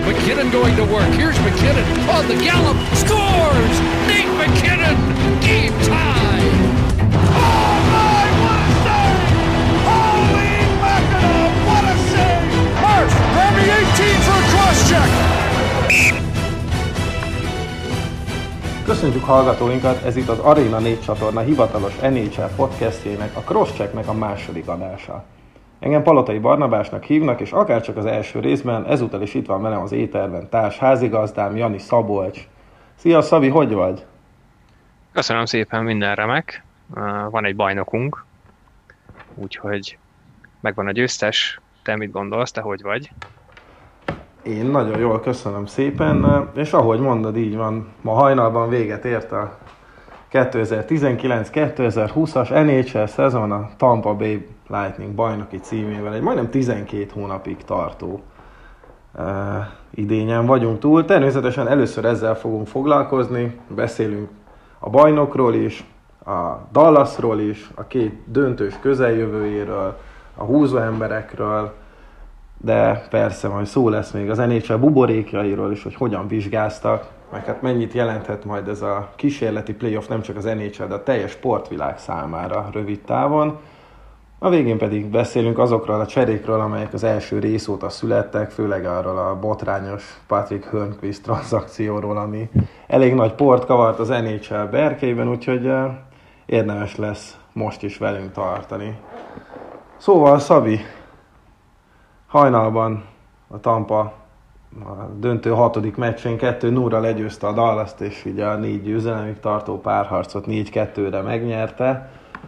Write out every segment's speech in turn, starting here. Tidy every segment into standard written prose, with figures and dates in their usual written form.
McKinnon going to work. Here's McKinnon on the gallop. Scores! Nate McKinnon! Game tie! Oh my, what a save! Holy mackerel, what a save! Murph, grab me 18 for a cross-check! Köszönjük hallgatóinkat, ez itt az Arena 4 csatorna hivatalos NHL podcastjének, a Crosschecknek a második adása. Engem Palotai Barnabásnak hívnak, és akárcsak az első részben, ezúttal is itt van velem az éterben társ házigazdám, Jani Szabolcs. Szia Szabi, hogy vagy? Köszönöm szépen, minden remek. Van egy bajnokunk, úgyhogy megvan a győztes. Te mit gondolsz, te hogy vagy? Én nagyon jól, köszönöm szépen, és ahogy mondod, így van, ma hajnalban véget ért a 2019-2020-as NHL szezon a Tampa Bay Lightning bajnoki címével, egy majdnem 12 hónapig tartó idényen vagyunk túl. Természetesen először ezzel fogunk foglalkozni, beszélünk a bajnokról is, a Dallasról is, a két döntős közeljövőjéről, a húzó emberekről, de persze majd szó lesz még az NHL buborékjairól is, hogy hogyan vizsgáztak, meg hát mennyit jelenthet majd ez a kísérleti playoff nem csak az NHL, de a teljes sportvilág számára rövid távon. A végén pedig beszélünk azokról a cserékről, amelyek az első rész óta születtek, főleg arról a botrányos Patrick Hörnqvist tranzakcióról, ami elég nagy port kavart az NHL berkeiben, úgyhogy érdemes lesz most is velünk tartani. Szóval Szabi, hajnalban a Tampa a döntő 6. meccsén 2-0-ra legyőzte a Dallast, és ugye a 4 győzelemig tartó párharcot 4-2-re megnyerte.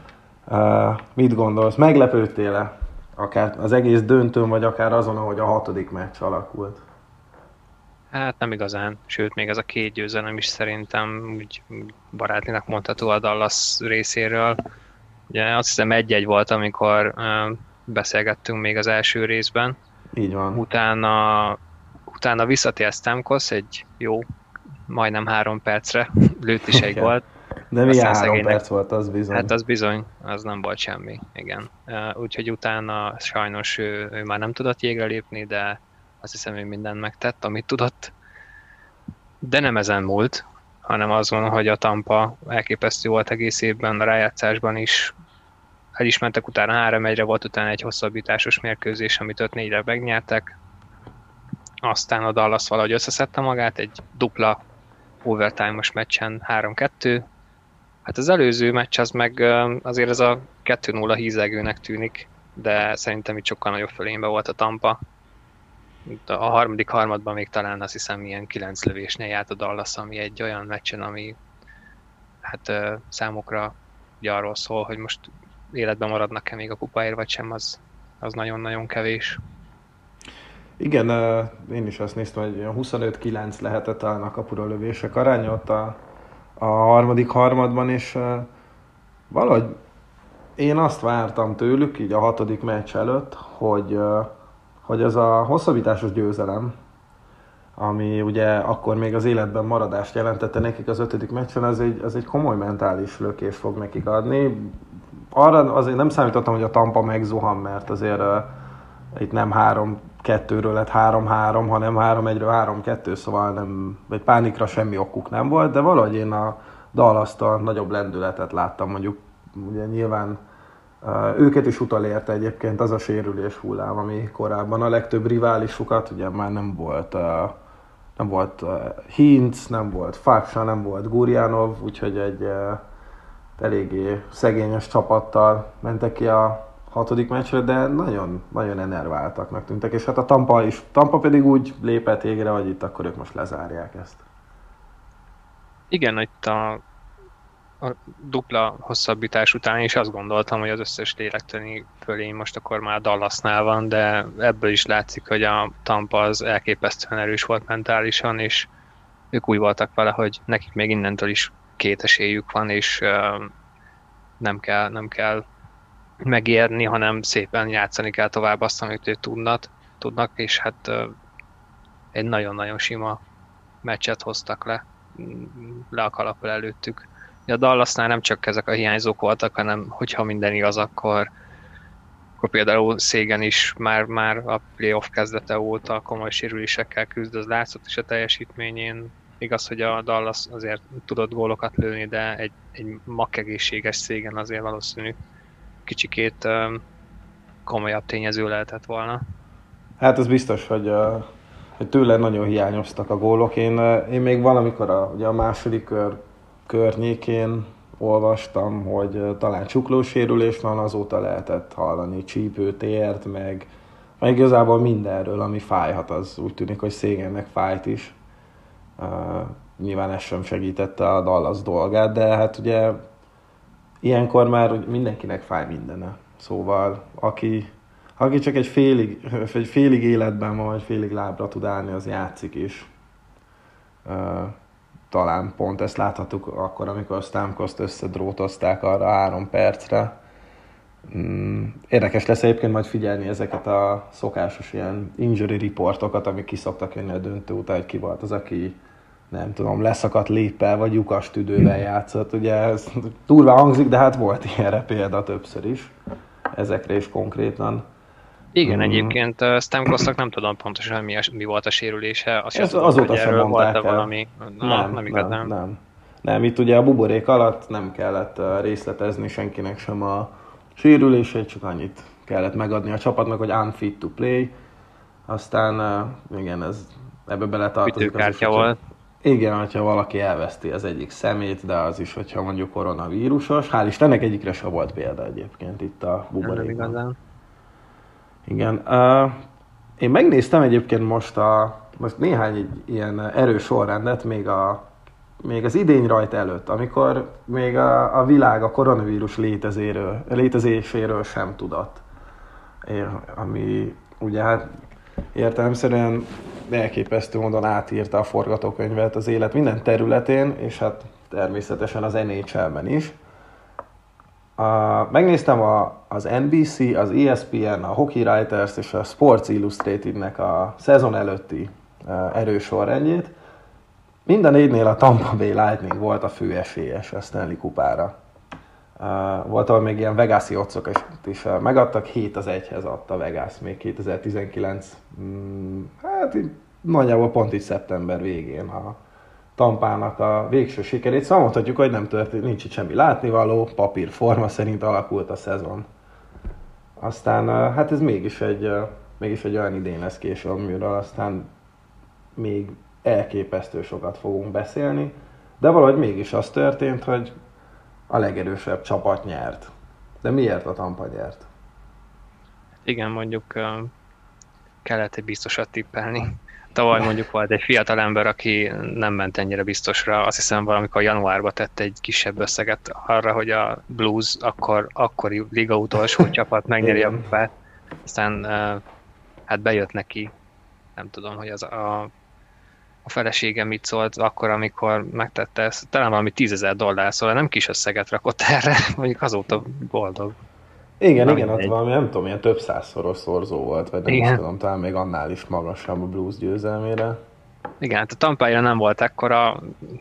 Mit gondolsz? Meglepődtél-e? Akár az egész döntőn, vagy akár azon, ahogy a 6. meccs alakult? Hát nem igazán, sőt még ez a 2 győzelem is szerintem úgy barátlinak mondható a Dallas részéről. Ugye azt hiszem 1-1 volt, amikor beszélgettünk még az első részben. Így van. Utána visszatért Stamkos egy jó, majdnem 3 percre, lőtt is egy volt. De milyen 3 perc volt, az bizony. Hát az bizony, az nem volt semmi, igen. Úgyhogy utána sajnos ő már nem tudott jégre lépni, de azt hiszem, hogy mindent megtett, amit tudott. De nem ezen múlt, hanem azon, hogy a Tampa elképesztő volt egész évben, a rájátszásban is. El is mentek utána 3-1-re, volt utána egy hosszabbításos mérkőzés, amit 5-4-re megnyertek. Aztán a Dallas valahogy összeszedte magát, egy dupla overtime-os meccsen 3-2. Hát az előző meccs az meg azért ez a 2-0 hízelgőnek tűnik, de szerintem itt sokkal nagyobb fölényben volt a Tampa. A harmadik harmadban még talán azt hiszem ilyen 9 lövésnél járt a Dallas, ami egy olyan meccsen, ami hát számukra ugye arról szól, hogy most életben maradnak-e még a kupáért, vagy sem, az nagyon-nagyon kevés. Igen, én is azt néztem, hogy 25-9 lehetett talán a kapura lövések aránya ott a harmadik harmadban, és valahogy én azt vártam tőlük, így a 6. meccs előtt, hogy ez a hosszabbításos győzelem, ami ugye akkor még az életben maradást jelentette nekik az 5. meccsen, az egy komoly mentális lökés fog nekik adni. Arra azért nem számítottam, hogy a Tampa megzuhan, mert azért itt nem 3-2-ről lett 3-3, hanem 3-1-ről 3-2, szóval nem, egy pánikra semmi okuk nem volt, de valahogy én a Dallast-a nagyobb lendületet láttam, mondjuk ugye nyilván őket is utolérte egyébként az a sérülés hullám, ami korábban a legtöbb riválisukat, ugye már nem volt Hintz, nem volt Faksa, nem volt Gurjánov, úgyhogy egy eléggé szegényes csapattal mentek ki a 6. meccsre, de nagyon, nagyon enerváltaknak tűntek, és hát a Tampa pedig úgy lépett égre, hogy itt akkor ők most lezárják ezt. Igen, itt a dupla hosszabbítás után is azt gondoltam, hogy az összes lélektani fölény most akkor már Dallasnál van, de ebből is látszik, hogy a Tampa az elképesztően erős volt mentálisan, és ők úgy voltak vele, hogy nekik még innentől is 2 esélyük van, és nem kell megérni, hanem szépen játszani kell tovább azt, amit ők tudnak, és hát egy nagyon-nagyon sima meccset hoztak le a kalappal előttük. A Dallasnál nem csak ezek a hiányzók voltak, hanem hogyha minden igaz, akkor akkor például Szégen is már a playoff kezdete óta komoly sérülésekkel küzd, az látszott is a teljesítményén. Igaz, hogy a Dallas azért tudott gólokat lőni, de egy makkegészséges Szégen azért valószínű kicsikét komolyabb tényező lehetett volna. Hát ez biztos, hogy tőle nagyon hiányoztak a gólok. Én még valamikor ugye a második környékén olvastam, hogy talán csuklósérülés van, azóta lehetett hallani csípőtért, meg igazából mindenről, ami fájhat, az úgy tűnik, hogy Szégennek fájt is. Nyilván ez sem segítette a Dallas dolgát, de hát ugye ilyenkor már mindenkinek fáj mindene. Szóval aki csak egy félig életben van, vagy félig lábra tud állni, az játszik is. Talán pont ezt láthattuk akkor, amikor Stamkoszt összedrótozták arra 3 percre. Érdekes lesz egyébként majd figyelni ezeket a szokásos ilyen injury reportokat, amik ki szoktak jönni a döntő után, hogy ki volt az, aki nem tudom, leszakadt léppel vagy lyukas tüdővel játszott. Ugye ez durván hangzik, de hát volt ilyenre példa többször is. Ezekre is konkrétan. Igen, egyébként Stamkosnak nem tudom pontosan, mi volt a sérülése. Azóta sem mondták el. Valami... Nem igazán. Nem, itt ugye a buborék alatt nem kellett részletezni senkinek sem a sérülését, csak annyit kellett megadni a csapatnak, hogy unfit to play. Aztán igen, ebbe beletartozik. Ütőkártya volt. Igen, hogyha valaki elveszti az egyik szemét, de az is, hogyha mondjuk koronavírusos. Hál' Istennek egyikre se volt példa egyébként itt a buborékban. Nem igazán. Igen. Én megnéztem egyébként most néhány ilyen erős sorrendet még az idény rajt előtt, amikor még a világ a koronavírus létezéséről sem tudott. Ami ugye hát értelemszerűen elképesztő módon átírta a forgatókönyvet az élet minden területén, és hát természetesen az NHL-ben is. Megnéztem az NBC, az ESPN, a Hockey Writers és a Sports Illustrated-nek a szezon előtti erős sorrendjét. Mind a 4-nél a Tampa Bay Lightning volt a fő esélyes a Stanley kupára. Volt, ahol még ilyen Vegas-i otcok is megadtak, 7-1-hez adta Vegas még 2019, hát nagyjából pont így szeptember végén a Tampának a végső sikerét. Szóval mondhatjuk, hogy nem történt, nincs itt semmi látnivaló, papírforma szerint alakult a szezon. Aztán hát ez mégis egy olyan idén lesz később, amiről aztán még elképesztő sokat fogunk beszélni, de valahogy mégis az történt, hogy a legerősebb csapat nyert. De miért a Tampa nyert? Igen, mondjuk kellett egy biztosat tippelni. Tavaly mondjuk volt egy fiatal ember, aki nem ment ennyire biztosra. Azt hiszem valamikor januárban tett egy kisebb összeget arra, hogy a Blues akkori liga utolsó csapat megnyeri a kupát. Aztán hát bejött neki, nem tudom, hogy az a felesége mit szólt akkor, amikor megtette ezt. Talán valami $10,000, szóval nem kis összeget rakott erre, mondjuk azóta boldog. Igen, ott valami, nem tudom, ilyen több százszoros szorzó volt, vagy nem is tudom, talán még annál is magasabb a Blues győzelmére. Igen, hát a Tampája nem volt ekkora,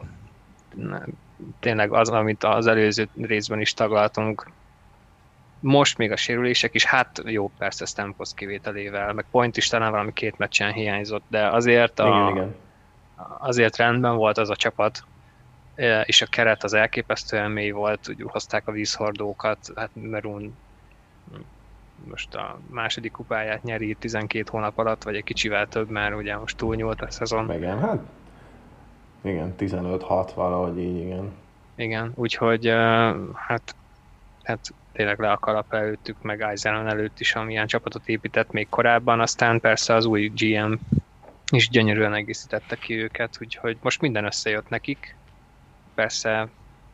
tényleg az, amit az előző részben is taglaltunk. Most még a sérülések is, hát jó, persze Stamkos kivételével, meg Point is talán valami 2 meccsen hiányzott, de azért Igen. Azért rendben volt az a csapat, és a keret az elképesztően mély volt, úgy hozták a vízhordókat, hát Maroon most a második kupáját nyeri 12 hónap alatt, vagy egy kicsivel több, mert ugye most túlnyúlt a szezon. Igen, 15-6 valahogy így, igen. Igen, úgyhogy hát tényleg le a kalap előttük, meg Eiselen előtt is, amilyen csapatot épített még korábban, aztán persze az új GM is gyönyörűen egészítette ki őket, úgyhogy most minden összejött nekik. Persze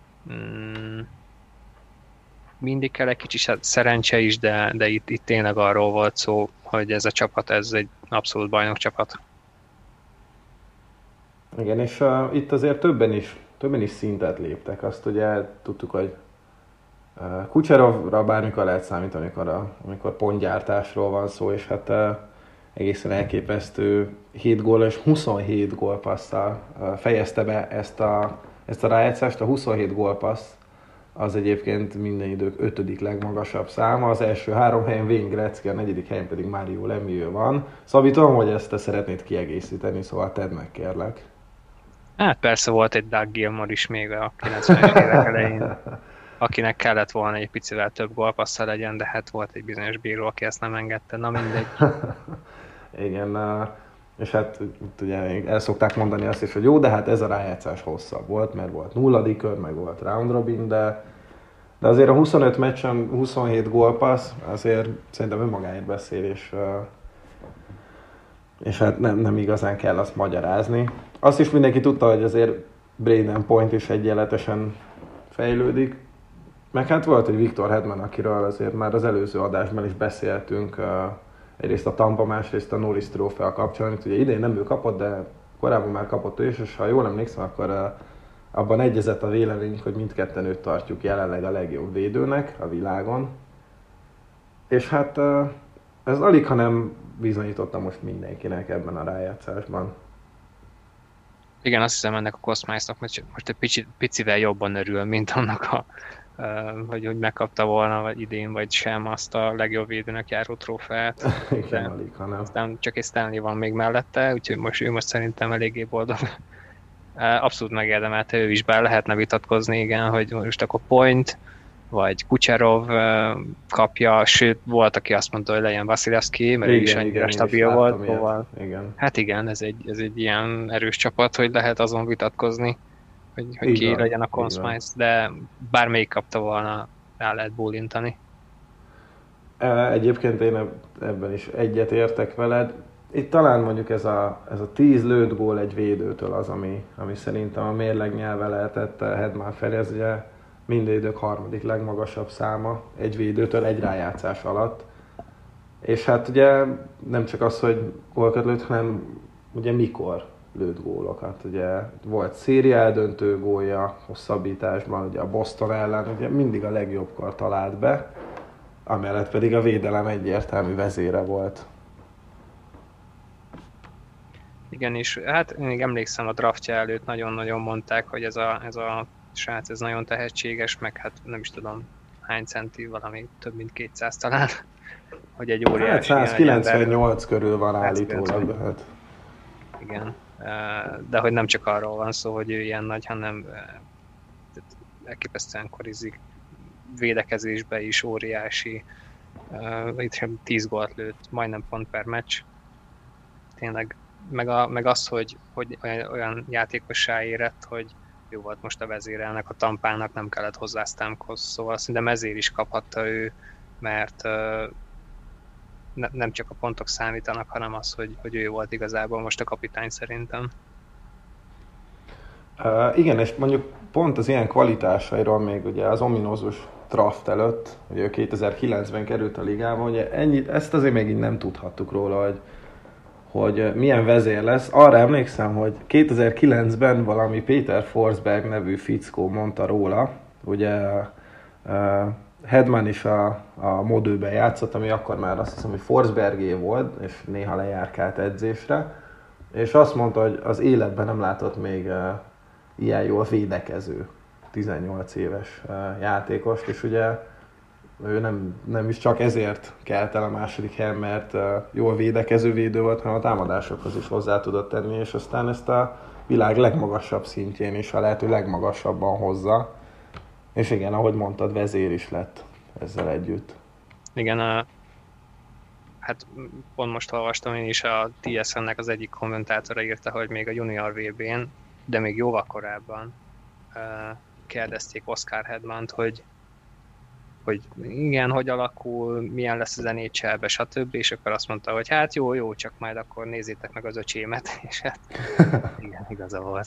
mindig kell egy kicsi szerencse is, de itt tényleg arról volt szó, hogy ez a csapat, ez egy abszolút bajnokcsapat. Igen, és itt azért többen is szintet léptek. Azt ugye tudtuk, hogy Kucherovra bármikor lehet számítani, amikor pontgyártásról van szó, és hát egészen elképesztő 7 gól és 27 gólpasszal fejezte be ezt a rájátszást. A 27 gólpassz az egyébként minden idők 5. legmagasabb száma. Az első 3 helyen Wayne Gretzky, a 4. helyen pedig Mario Lemieux van. Szabi, tudom, hogy ezt te szeretnéd kiegészíteni, szóval tedd meg, kérlek. Hát persze volt egy Doug Gilmour is még a 90-es évek elején, akinek kellett volna egy picivel több gólpassza legyen, de hát volt egy bizonyos bíró, aki ezt nem engedte, na mindegy. Igen, és hát ugye el szokták mondani azt is, hogy jó, de hát ez a rájátszás hosszabb volt, mert volt 0. kör, meg volt round robin, de azért a 25 meccsen 27 gólpassz azért szerintem önmagáért beszél, és hát nem igazán kell azt magyarázni. Azt is mindenki tudta, hogy azért Brayden Point is egyenletesen fejlődik. Meg hát volt egy Victor Hedman, akiről azért már az előző adásban is beszéltünk, egyrészt a Tampa, másrészt a Norris trófea kapcsán. Ugye idén nem ő kapott, de korábban már kapott ő is, és ha jól emlékszem, akkor abban egyezett a véleményünk, hogy mindketten őt tartjuk jelenleg a legjobb védőnek a világon. És hát ez alig, ha nem bizonyította most mindenkinek ebben a rájátszásban. Igen, azt hiszem ennek a Cosmice-nak most egy picivel jobban örül, mint annak hogy megkapta volna vagy idén, vagy sem azt a legjobb védőnek járó trófeát. Igen, alig, ha nem. Aztán csak egy Stanley van még mellette, úgyhogy ő most szerintem eléggé boldog. Abszolút megérdemelte ő is, bár lehetne vitatkozni, igen, hogy most akkor Point, vagy Kucherov kapja, sőt, volt, aki azt mondta, hogy legyen Vasilevsky, mert igen, ő is annyira stabil volt. Szóval, igen. Hát igen, ez egy ilyen erős csapat, hogy lehet azon vitatkozni, hogy ki legyen a Conn Smythe, de bármelyik kapta volna, rá lehet bólintani. Egyébként én ebben is egyet értek veled. Itt talán mondjuk ez a 10 lőtt gól egy védőtől az, ami szerintem a mérleg nyelve lehetett Hedman felé, ez ugye minden idők 3. legmagasabb száma egy védőtől egy rájátszás alatt. És hát ugye nem csak az, hogy gólokat lőtt, hanem ugye mikor lőtt gólokat. Ugye volt széria eldöntő gólja hosszabbításban, ugye a Boston ellen, ugye mindig a legjobbkor talált be, amellett pedig a védelem egyértelmű vezére volt. Igen, és hát még emlékszem a draftja előtt nagyon-nagyon mondták, hogy ez a srác ez nagyon tehetséges, meg hát nem is tudom hány centi, valami több mint 200 talán, hogy egy óriási... 198 körül van állítólag. Hát. Igen, de hogy nem csak arról van szó, hogy ő ilyen nagy, hanem elképesztően korizik, védekezésbe is óriási, itt sem 10 gólt lőtt, majdnem pont per meccs. Tényleg, meg az, hogy olyan játékossá érett, hogy jó volt most a vezérelnek, a Tampának nem kellett hozzá Stamkos, szóval szerintem ezért is kaphatta ő, mert nem csak a pontok számítanak, hanem az, hogy ő volt igazából most a kapitány szerintem. Igen, és mondjuk pont az ilyen kvalitásairól még ugye az ominózus draft előtt, ugye ő 2009-ben került a ligába, ugye ezt azért még így nem tudhattuk róla, hogy milyen vezér lesz. Arra emlékszem, hogy 2009-ben valami Peter Forsberg nevű fickó mondta róla, ugye Hedman is a modőben játszott, ami akkor már azt hiszem, hogy Forsbergé volt, és néha lejárkált edzésre, és azt mondta, hogy az életben nem látott még ilyen jól védekező 18 éves játékost, és ugye ő nem is csak ezért kelt el a második helyen, mert jól védekező védő volt, hanem a támadásokhoz is hozzá tudott tenni, és aztán ezt a világ legmagasabb szintjén is a lehető legmagasabban hozza. És igen, ahogy mondtad, vezér is lett ezzel együtt. Igen, hát pont most olvastam én is, a TSN-nek az egyik kommentátora írta, hogy még a junior VB-n, de még jóval korábban kérdezték Oscar Hedmant, hogy igen, hogy alakul, milyen lesz az NHL-be, stb. És akkor azt mondta, hogy hát jó, csak majd akkor nézzétek meg az öcsémet, és hát igen, igaza volt.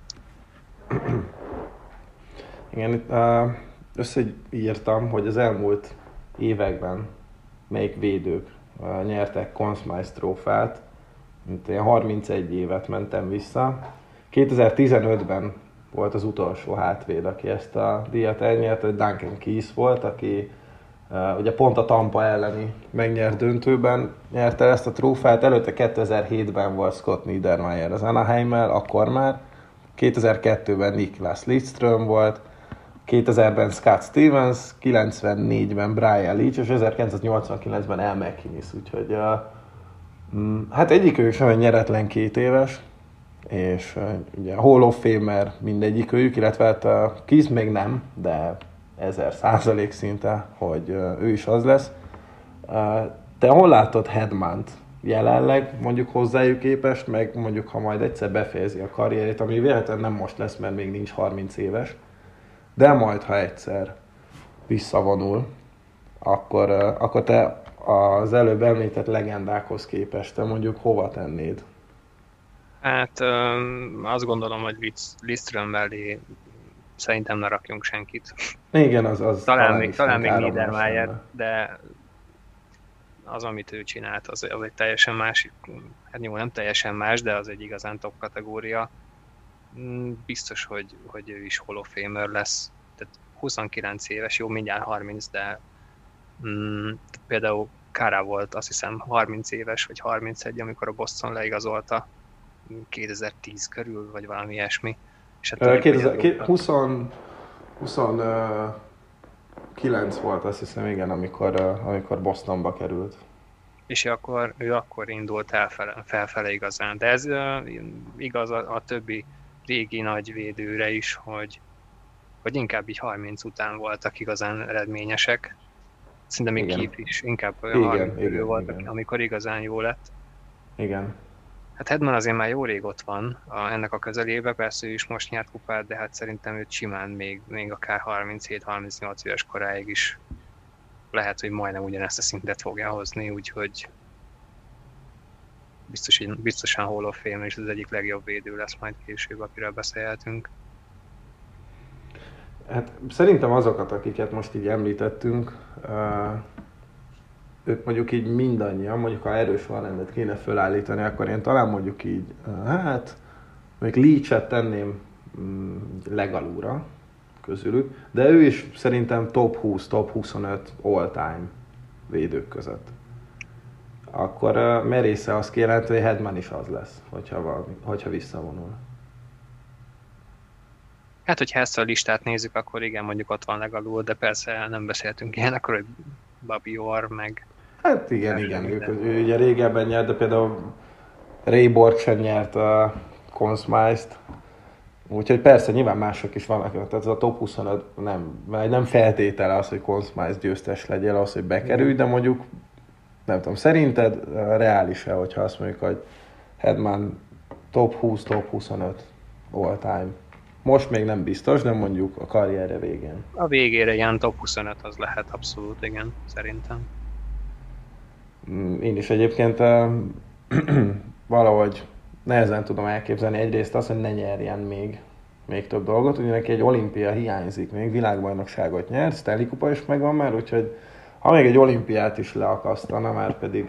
Igen, itt összeírtam, hogy az elmúlt években melyik védők nyertek Conn Smythe trófát. Én 31 évet mentem vissza. 2015-ben volt az utolsó hátvéd, aki ezt a díjat elnyerte, Duncan Keith volt, aki ugye pont a Tampa elleni megnyert döntőben nyerte ezt a trófát. Előtte 2007-ben volt Scott Niedermayer az Anaheim-mel, akkor már. 2002-ben Niklas Lidström volt, 2000-ben Scott Stevens, 94-ben Brian Leach, és 1989-ben Al McInnis, úgyhogy hát egyikőjük sem egy nyeretlen 2 éves, és ugye Hall of Famer mindegyikőjük, illetve hát Keith még nem, de 1000% szinte, hogy ő is az lesz. Te hol látod Hedmant jelenleg, mondjuk hozzájuk képest, meg mondjuk ha majd egyszer befejezi a karrierét, ami véletlenül nem most lesz, mert még nincs 30 éves, de majd ha egyszer visszavonul, akkor te az előbb említett legendákhoz képest te mondjuk hova tennéd? Hát azt gondolom, hogy Lidström mellé szerintem ne rakjunk senkit. Igen, az talán még Niedermayer, de az, amit ő csinált, az egy teljesen másik, hát jó, nem teljesen más, de az egy igazán top kategória. Biztos, hogy ő is Hall of Famer lesz. Tehát 29 éves, jó, mindjárt 30, de például Kara volt, azt hiszem 30 éves, vagy 31, amikor a Boston leigazolta 2010 körül, vagy valami ilyesmi. És 29 volt, azt hiszem, igen, amikor Bostonba került. És ő akkor indult felfele igazán. De ez igaz a többi régi nagy védőre is, hogy inkább így 30 után voltak igazán eredményesek. Szerintem még Keith is inkább olyan 30 körül volt, amikor igazán jó lett. Igen. Hát Hedman azért már jó rég ott van ennek a közelébe, persze ő is most nyert kupát, de hát szerintem őt simán még akár 37-38 éves koráig is lehet, hogy majdnem ugyanezt a szintet fogja hozni, úgyhogy biztosan Hall of Fame és az egyik legjobb védő lesz majd később, akiről beszélhetünk. Hát szerintem azokat, akiket most így említettünk, ők mondjuk így mindannyian, mondjuk ha erős sorrendet kéne fölállítani, akkor én talán mondjuk így, hát mondjuk Leach-et tenném legalúra közülük, de ő is szerintem top 20, top 25 all-time védők között. Akkor merésze azt kijelenti, hogy Hedman is az lesz, hogyha visszavonul. Hát, hogyha ezt a listát nézzük, akkor igen, mondjuk ott van legalul, de persze nem beszéltünk ilyen, akkor hogy Bobby Orr, meg... Hát igen, ő ugye régebben nyert, de például Ray Borg sem nyert a Conn Smythe-t. Úgyhogy persze, nyilván mások is vannak, tehát ez a top 25 nem feltétele az, hogy Conn Smythe győztes legyél ahhoz, hogy bekerülj, de mondjuk, nem tudom, szerinted reális-e, hogyha azt mondjuk, hogy Hedman top 20, top 25 all time? Most még nem biztos, de mondjuk a karrierje végén. A végére ilyen top 25 az lehet abszolút, igen, szerintem. Én is egyébként valahogy nehezen tudom elképzelni egyrészt azt, hogy ne nyerjen még több dolgot. Ugye neki egy olimpia hiányzik, még világbajnokságot nyert, Stanley Kupa is megvan már, úgyhogy ha még egy olimpiát is leakasztana, már pedig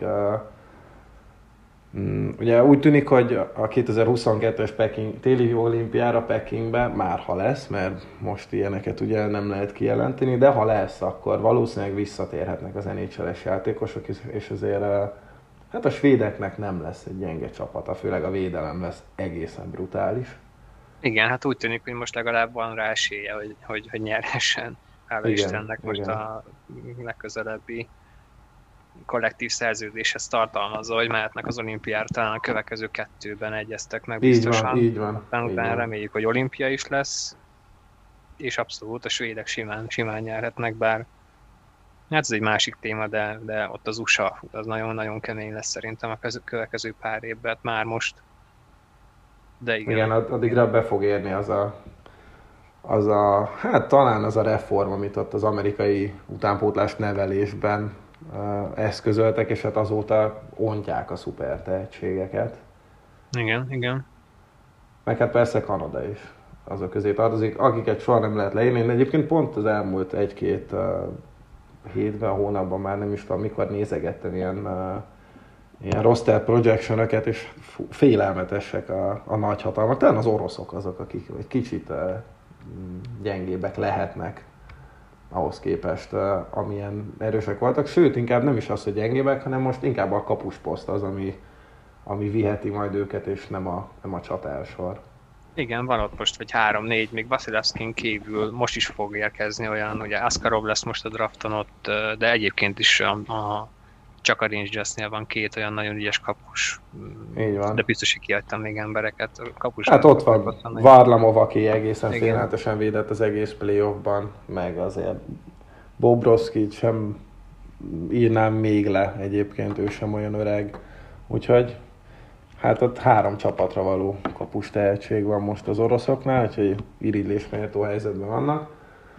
ugye úgy tűnik, hogy a 2022-es téli olimpiára Pekingbe már ha lesz, mert most ilyeneket ugye nem lehet kijelenteni, de ha lesz, akkor valószínűleg visszatérhetnek az NHL-es játékosok, és azért hát a svédeknek nem lesz egy gyenge csapata, főleg a védelem lesz egészen brutális. Igen, hát úgy tűnik, hogy most legalább van rá esélye, hogy nyerhessen. Hála Istennek most igen. A legközelebbi kollektív szerződéshez tartalmazza, hogy mehetnek az olimpiára, talán a következő 2-ben egyeztek meg biztosan. Így van. Utána reméljük, hogy olimpia is lesz, és abszolút a svédek simán nyerhetnek, bár hát ez egy másik téma, de ott az USA az nagyon-nagyon kemény lesz szerintem a következő pár évben, hát már most. De igen, addigra be fog érni hát talán az a reform, amit ott az amerikai utánpótlás nevelésben eszközöltek, és hát azóta ontják a szuper tehetségeket. Igen. Meg hát persze Kanada is azok közé tartozik, akiket soha nem lehet leírni. Én egyébként pont az elmúlt 1-2 hétben, hónapban már nem is tudom, mikor nézegettem ilyen roster projectionöket, és félelmetesek a nagyhatalmak. Talán az oroszok azok, akik egy kicsit gyengébbek lehetnek ahhoz képest, amilyen erősek voltak. Sőt, inkább nem is az, hogy gyengébbek, hanem most inkább a kapusposzt az, ami viheti majd őket, és nem a csatásor. Igen, van ott most, vagy 3-4, még Vasilevszkin kívül most is fog érkezni olyan, ugye Askarov lesz most a drafton ott, de egyébként is csak a Rangersnél van 2 olyan nagyon ügyes kapus. Így van. De biztos, hogy kiadtam még embereket. Kapus Hát ott van Varlamov, aki egészen félelmetesen védett az egész playoffban, meg azért Bobrovskit sem írnám még le egyébként, ő sem olyan öreg. Úgyhogy hát ott 3 csapatra való kapus tehetség van most az oroszoknál, úgyhogy irigylésméltó helyzetben vannak.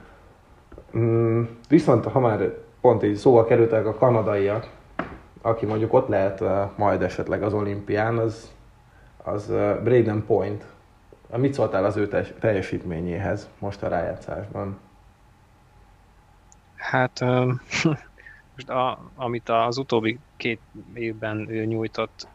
Viszont ha már pont így szóval kerültek a kanadaiak, aki mondjuk ott lehet majd esetleg az olimpián, az Brayden Point. Mit szóltál az ő teljesítményéhez most a rájátszásban? Hát most amit az utóbbi 2 évben ő nyújtott,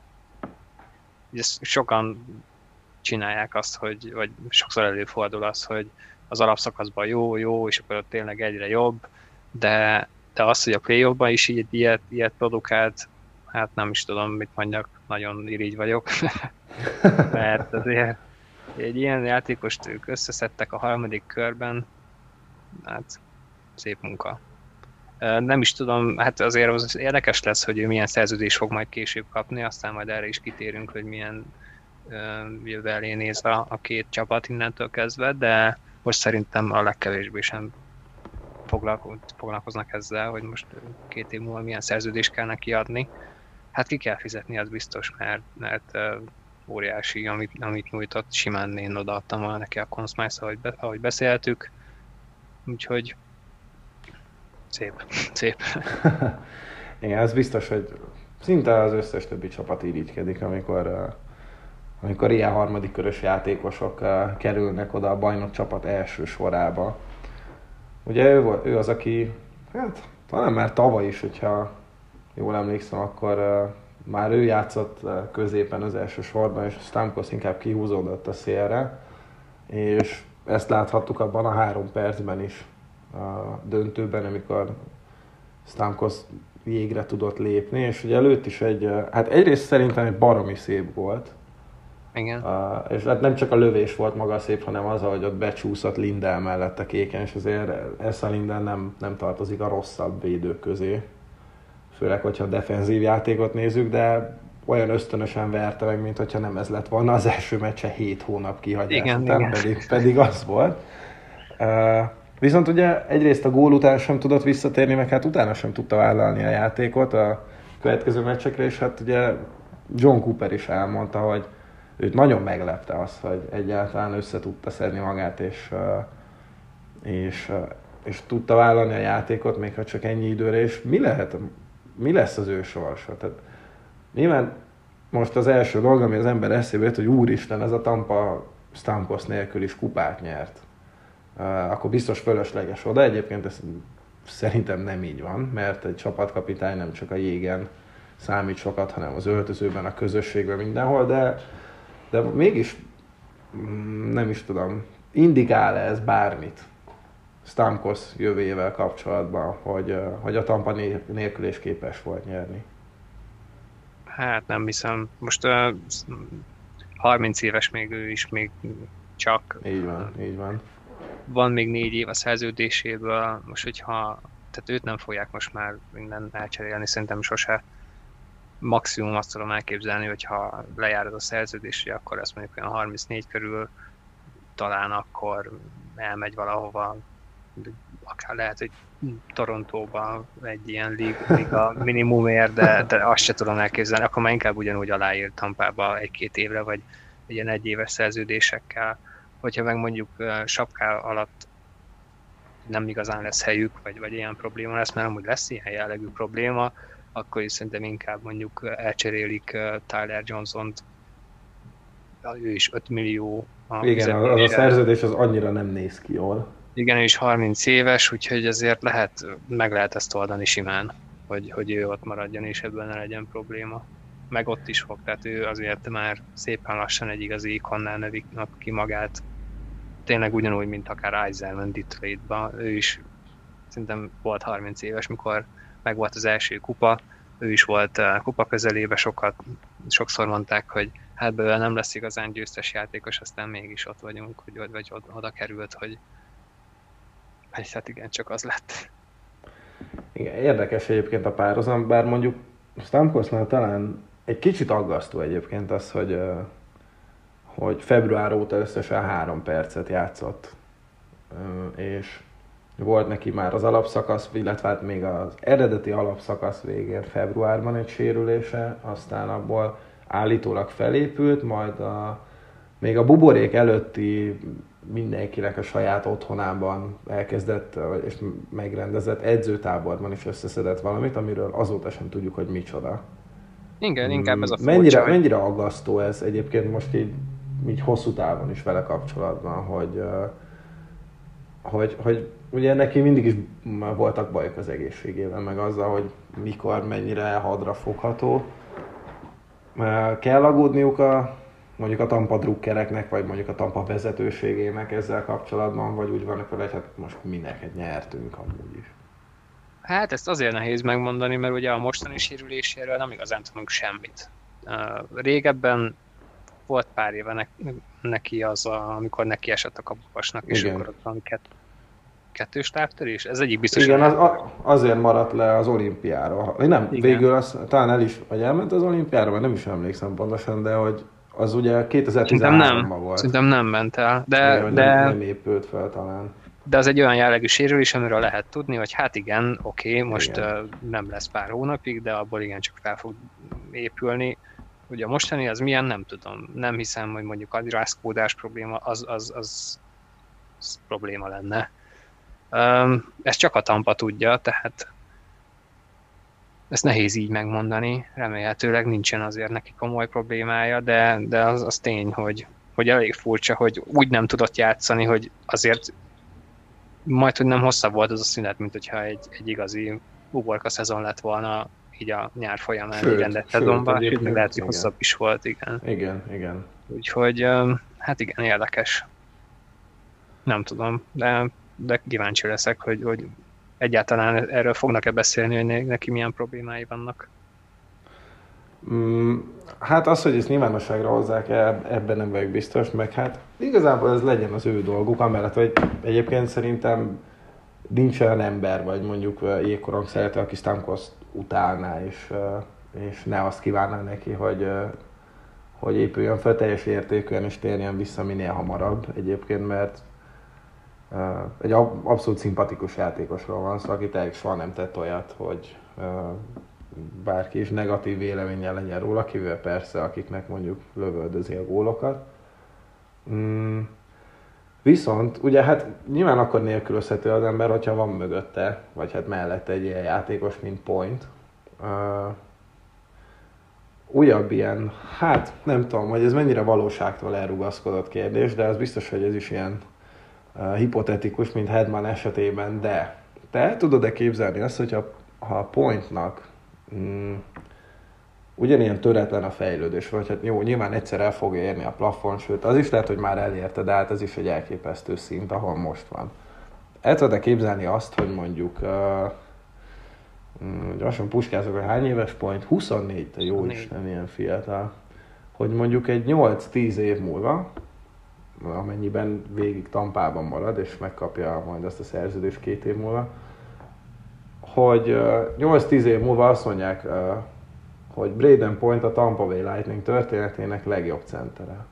sokan csinálják azt, vagy sokszor előfordul az, hogy az alapszakaszban jó, és akkor ott tényleg egyre jobb, de az, hogy a play-offban is ilyet produkált, hát nem is tudom, mit mondjak, nagyon irigy vagyok, mert azért egy ilyen játékost ők összeszedtek a 3. körben, hát szép munka. Nem is tudom, hát azért az érdekes lesz, hogy ő milyen szerződés fog majd később kapni, aztán majd erre is kitérünk, hogy milyen jövő elé néz a 2 csapat innentől kezdve, de most szerintem a legkevésbé sem foglalkoznak ezzel, hogy most 2 év múlva milyen szerződést kell neki adni. Hát ki kell fizetni, az biztos, mert óriási, amit nyújtott, simán én odaadtam volna neki a Conn Smythe, ahogy beszéltük. Úgyhogy szép. Igen, ez biztos, hogy szinte az összes többi csapat irigykedik, amikor ilyen 3. körös játékosok kerülnek oda a bajnok csapat első sorába. Ugye ő az, aki, hát talán már tavaly is, hogyha jól emlékszem, akkor már ő játszott középen az első sorban, és Stamkos inkább kihúzódott a szélre, és ezt láthattuk abban a 3 percben is a döntőben, amikor Stamkos jégre tudott lépni, és ugye előtt is hát egyrészt szerintem egy baromi szép volt. Igen. És hát nem csak a lövés volt maga szép, hanem az, hogy ott becsúszott Lindell mellett a kéken, és azért Esa Lindell nem tartozik a rosszabb védők közé. Főleg, hogyha a defenzív játékot nézzük, de olyan ösztönösen verte meg, mint hogyha nem ez lett volna az első meccse 7 hónap kihagyás után, pedig az volt. Viszont ugye egyrészt a gól után sem tudott visszatérni, meg hát utána sem tudta vállalni a játékot a következő meccsekre, és hát ugye John Cooper is elmondta, hogy őt nagyon meglepte az, hogy egyáltalán össze tudta szedni magát, és tudta vállalni a játékot, még ha csak ennyi időre, és mi lesz az ő sorsa? Tehát nyilván most az első dolog, ami az ember eszébe jött, hogy úristen, ez a Tampa Stamkos nélkül is kupát nyert. Akkor biztos fölösleges oda. Egyébként ez szerintem nem így van, mert egy csapatkapitány nem csak a jégen számít sokat, hanem az öltözőben, a közösségben, mindenhol, de mégis nem is tudom, indikál ez bármit Stamkos jövőjével kapcsolatban, hogy a Tampa nélkül is képes volt nyerni? Hát nem hiszem. Most 30 éves még ő is, még csak. Így van. Van még 4 év a szerződéséből, most tehát őt nem fogják most már minden elcserélni, szerintem sose. Maximum azt tudom elképzelni, hogyha lejárod a szerződést, akkor ezt mondjuk olyan 34 körül, talán akkor elmegy valahova, akár lehet, hogy Torontóban egy ilyen liga minimumért, de azt se tudom elképzelni, akkor már inkább ugyanúgy aláír Tampába 1-2 évre, vagy ilyen 1 éves szerződésekkel. Hogyha meg mondjuk sapká alatt nem igazán lesz helyük, vagy ilyen probléma lesz, mert amúgy lesz ilyen jellegű probléma, akkor is szerintem inkább mondjuk elcserélik Tyler Johnson-t, ő is 5 millió. Igen, az a szerződés az annyira nem néz ki jól. Igen, ő is 30 éves, úgyhogy azért meg lehet ezt oldani simán, hogy ő ott maradjon, és ebben ne legyen probléma. Meg ott is fog, tehát ő azért már szépen lassan egy igazi ikonnál növik ki magát. Tényleg ugyanúgy, mint akár Eiserman Detroitban. Ő is szerintem volt 30 éves, mikor meg volt az első kupa, ő is volt kupa közelébe, sokszor mondták, hogy hát belőle nem lesz igazán győztes játékos, aztán mégis ott vagyunk, vagy oda került, hogy hát igen, csak az lett. Igen, érdekes egyébként a párhuzam, bár mondjuk Stamkosnál talán egy kicsit aggasztó egyébként az, hogy február óta összesen 3 percet játszott, és volt neki már az alapszakasz, illetve hát még az eredeti alapszakasz végén februárban egy sérülése, aztán abból állítólag felépült, majd még a buborék előtti mindenkinek a saját otthonában elkezdett és megrendezett edzőtáborban is összeszedett valamit, amiről azóta sem tudjuk, hogy micsoda. Igen, inkább ez a furcsa. Mennyire aggasztó ez egyébként most így hosszú távon is vele kapcsolatban, hogy ugye neki mindig is voltak bajok az egészségével, meg azzal, hogy mikor, mennyire hadra fogható. Kell aggódniuk mondjuk a Tampa drukkereknek, vagy mondjuk a Tampa vezetőségének ezzel kapcsolatban, vagy úgy vannak vele, hogy hát most mindenket nyertünk amúgy is. Hát ezt azért nehéz megmondani, mert ugye a mostani sérüléséről nem igazán tudunk semmit. Régebben volt pár éve neki az, amikor neki esett a kapukasnak, és akkor ott valami kettős távtörés. Ez egyik biztos. Igen, azért maradt le az olimpiára. Nem, igen. Végül talán el is, vagy elment az olimpiára, vagy nem is emlékszem pontosan, de hogy az ugye 2013-ban volt. Szerintem nem ment el. De nem épült fel talán. De az egy olyan jellegű sérülés, amiről lehet tudni, hogy hát igen, oké, most nem lesz pár hónapig, de abból igencsak fel fog épülni. Ugye a mostani az milyen, nem tudom. Nem hiszem, hogy mondjuk a rázkódás probléma, az probléma lenne. Ezt csak a Tampa tudja, tehát ezt nehéz így megmondani. Remélhetőleg nincsen azért neki komoly problémája, de az tény, hogy elég furcsa, hogy úgy nem tudott játszani, hogy azért majd, hogy nem hosszabb volt az a szünet, mint hogyha egy igazi uborka szezon lett volna így a nyár folyamán, egy rendes szezonban, sőt, még lehet, hogy hosszabb is volt, igen. Igen. Úgyhogy, hát igen, érdekes. Nem tudom, de kíváncsi leszek, hogy egyáltalán erről fognak-e beszélni, hogy neki milyen problémái vannak. Hát az, hogy ezt nyilvánosságra hozzák, ebben nem vagyok biztos, meg hát igazából ez legyen az ő dolguk, amellett, hogy egyébként szerintem nincs olyan ember, vagy mondjuk jégkorong szerető, aki Stamkoszt utálná, és ne azt kívánná neki, hogy épüljön fel teljes értékűen, és térjen vissza minél hamarabb egyébként, mert egy abszolút szimpatikus játékosról van szó, aki tényleg soha nem tett olyat, hogy bárki is negatív véleménnyel legyen róla, kivéve persze, akiknek mondjuk lövöldözi a gólokat. Viszont ugye hát nyilván akkor nélkülözhető az ember, hogyha van mögötte, vagy hát mellette egy ilyen játékos, mint Point. Újabb ilyen, hát nem tudom, hogy ez mennyire valóságtól elrugaszkodott kérdés, de az biztos, hogy ez is ilyen hipotetikus, mint Hedman esetében, de te tudod-e képzelni azt, hogy ha a Pointnak ugyanilyen töretlen a fejlődés, vagy hát jó, nyilván egyszer el fogja érni a plafon, sőt az is lehet, hogy már elérte, de hát ez is egy elképesztő szint, ahol most van. El tudod-e képzelni azt, hogy mondjuk gyorsan puskázok, hogy hány éves Point? 24, te jó Isten, ilyen fiatal. Hogy mondjuk egy 8-10 év múlva, amennyiben végig Tampában marad, és megkapja majd azt a szerződést 2 év múlva, hogy 8-10 év múlva azt mondják, hogy Brayden Point a Tampa Bay Lightning történetének legjobb centere.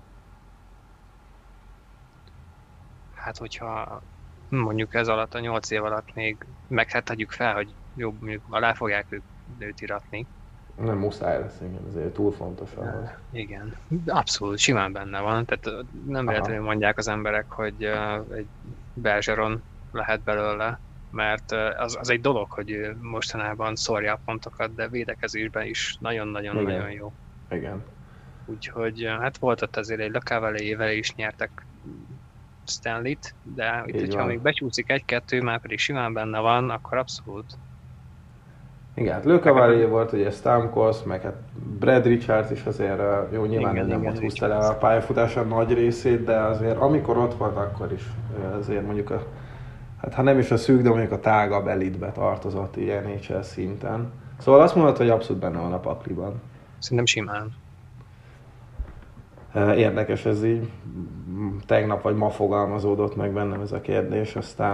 Hát, hogyha mondjuk ez alatt a 8 év alatt még hát tegyük fel, hogy jobb, mondjuk alá fogják őt iratni. Nem muszáj lesz, igen, ezért túl fontos ahhoz. Igen, abszolút, simán benne van. Tehát nem véletlenül mondják az emberek, hogy egy Bergeron lehet belőle, mert az egy dolog, hogy mostanában szórja a pontokat, de védekezésben is nagyon-nagyon jó. Igen. Úgyhogy hát volt ott azért egy Le Cavalier-vel is nyertek Stanley-t, de itt, hogyha még becsúszik 1-2, már pedig simán benne van, akkor abszolút. Igen, hát Le Cavalier volt, ugye Stamkos, meg hát Brad Richards is azért jó, nyilván nem ott húzta le a pályafutása nagy részét, de azért amikor ott volt, akkor is azért mondjuk hát ha nem is a szűk, de mondjuk a tágabb elitbe tartozott ilyen NHL szinten. Szóval azt mondod, hogy abszolút benne van a pakliban. Szerintem simán. Érdekes, ez így tegnap vagy ma fogalmazódott meg bennem ez a kérdés, aztán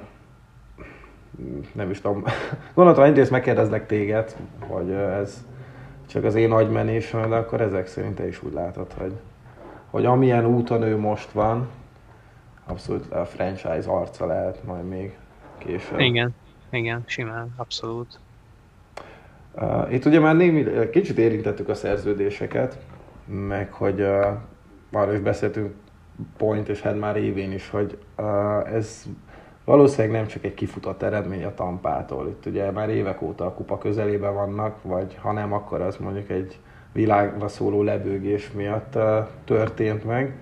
nem is tudom. Gondoltam, egyrészt megkérdezlek téged, hogy ez csak az én agymenésem, de akkor ezek szerint te is úgy látod, hogy amilyen úton ő most van, abszolút a franchise arca lehet majd még később. Igen, simán, abszolút. Itt ugye már kicsit érintettük a szerződéseket, meg hogy arra is beszéltünk Point és Head már évén is, hogy ez valószínűleg nem csak egy kifutott eredmény a Tampától. Itt ugye már évek óta a kupa közelében vannak, vagy ha nem, akkor az mondjuk egy világra szóló lebőgés miatt történt meg.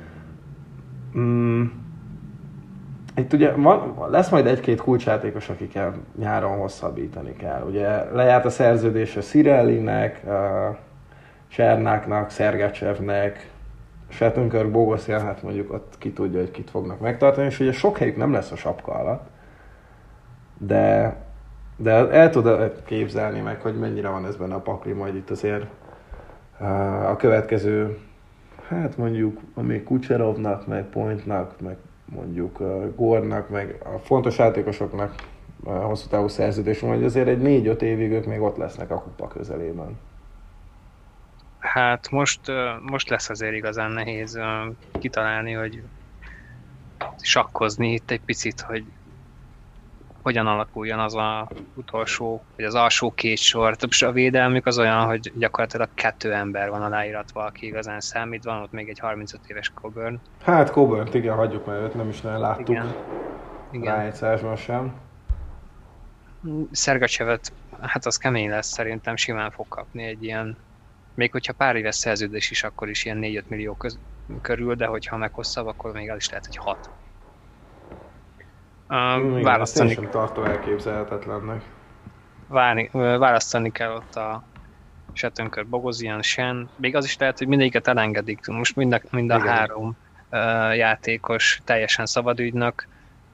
Itt ugye lesz majd egy-két kulcsjátékos, akikkel nyáron hosszabbítani kell. Ugye lejárt a szerződés a Cirellinek, Csernáknak, Szergacsevnek, Shattenkirk, Bogosian, hát mondjuk ott ki tudja, hogy kit fognak megtartani, és ugye sok helyük nem lesz a sapka alatt, de el tudod képzelni meg, hogy mennyire van ez benne a pakli, majd itt azért a következő, hát mondjuk még Kucherovnak, meg Pointnak, meg mondjuk Gornak, meg a fontos játékosoknak hosszú távú szerződés, hogy azért egy 4-5 évig ők még ott lesznek a kupa közelében. Hát most lesz azért igazán nehéz kitalálni, hogy sakkozni itt egy picit, hogy hogyan alakuljon az a utolsó, vagy az alsó két sor. A védelmük az olyan, hogy gyakorlatilag 2 ember van aláíratva, aki igazán számít, van ott még egy 35 éves Coburn. Hát Coburnt, igen, hagyjuk, mert őt nem is nagyon láttuk igen. rájegyszásban sem. Szergacsevet, hát az kemény lesz, szerintem simán fog kapni egy ilyen, még hogyha pár éves szerződés is, akkor is ilyen 4-5 millió körül, de hogyha meg hosszabb, akkor még el is lehet, hogy 6. Választani. Ezt én sem tartom elképzelhetetlennek. Választani kell ott a Shattenkirk, Bogosian, Shen. Még az is lehet, hogy mindegyiket elengedik. Most mind a 3 játékos teljesen szabad ügynök.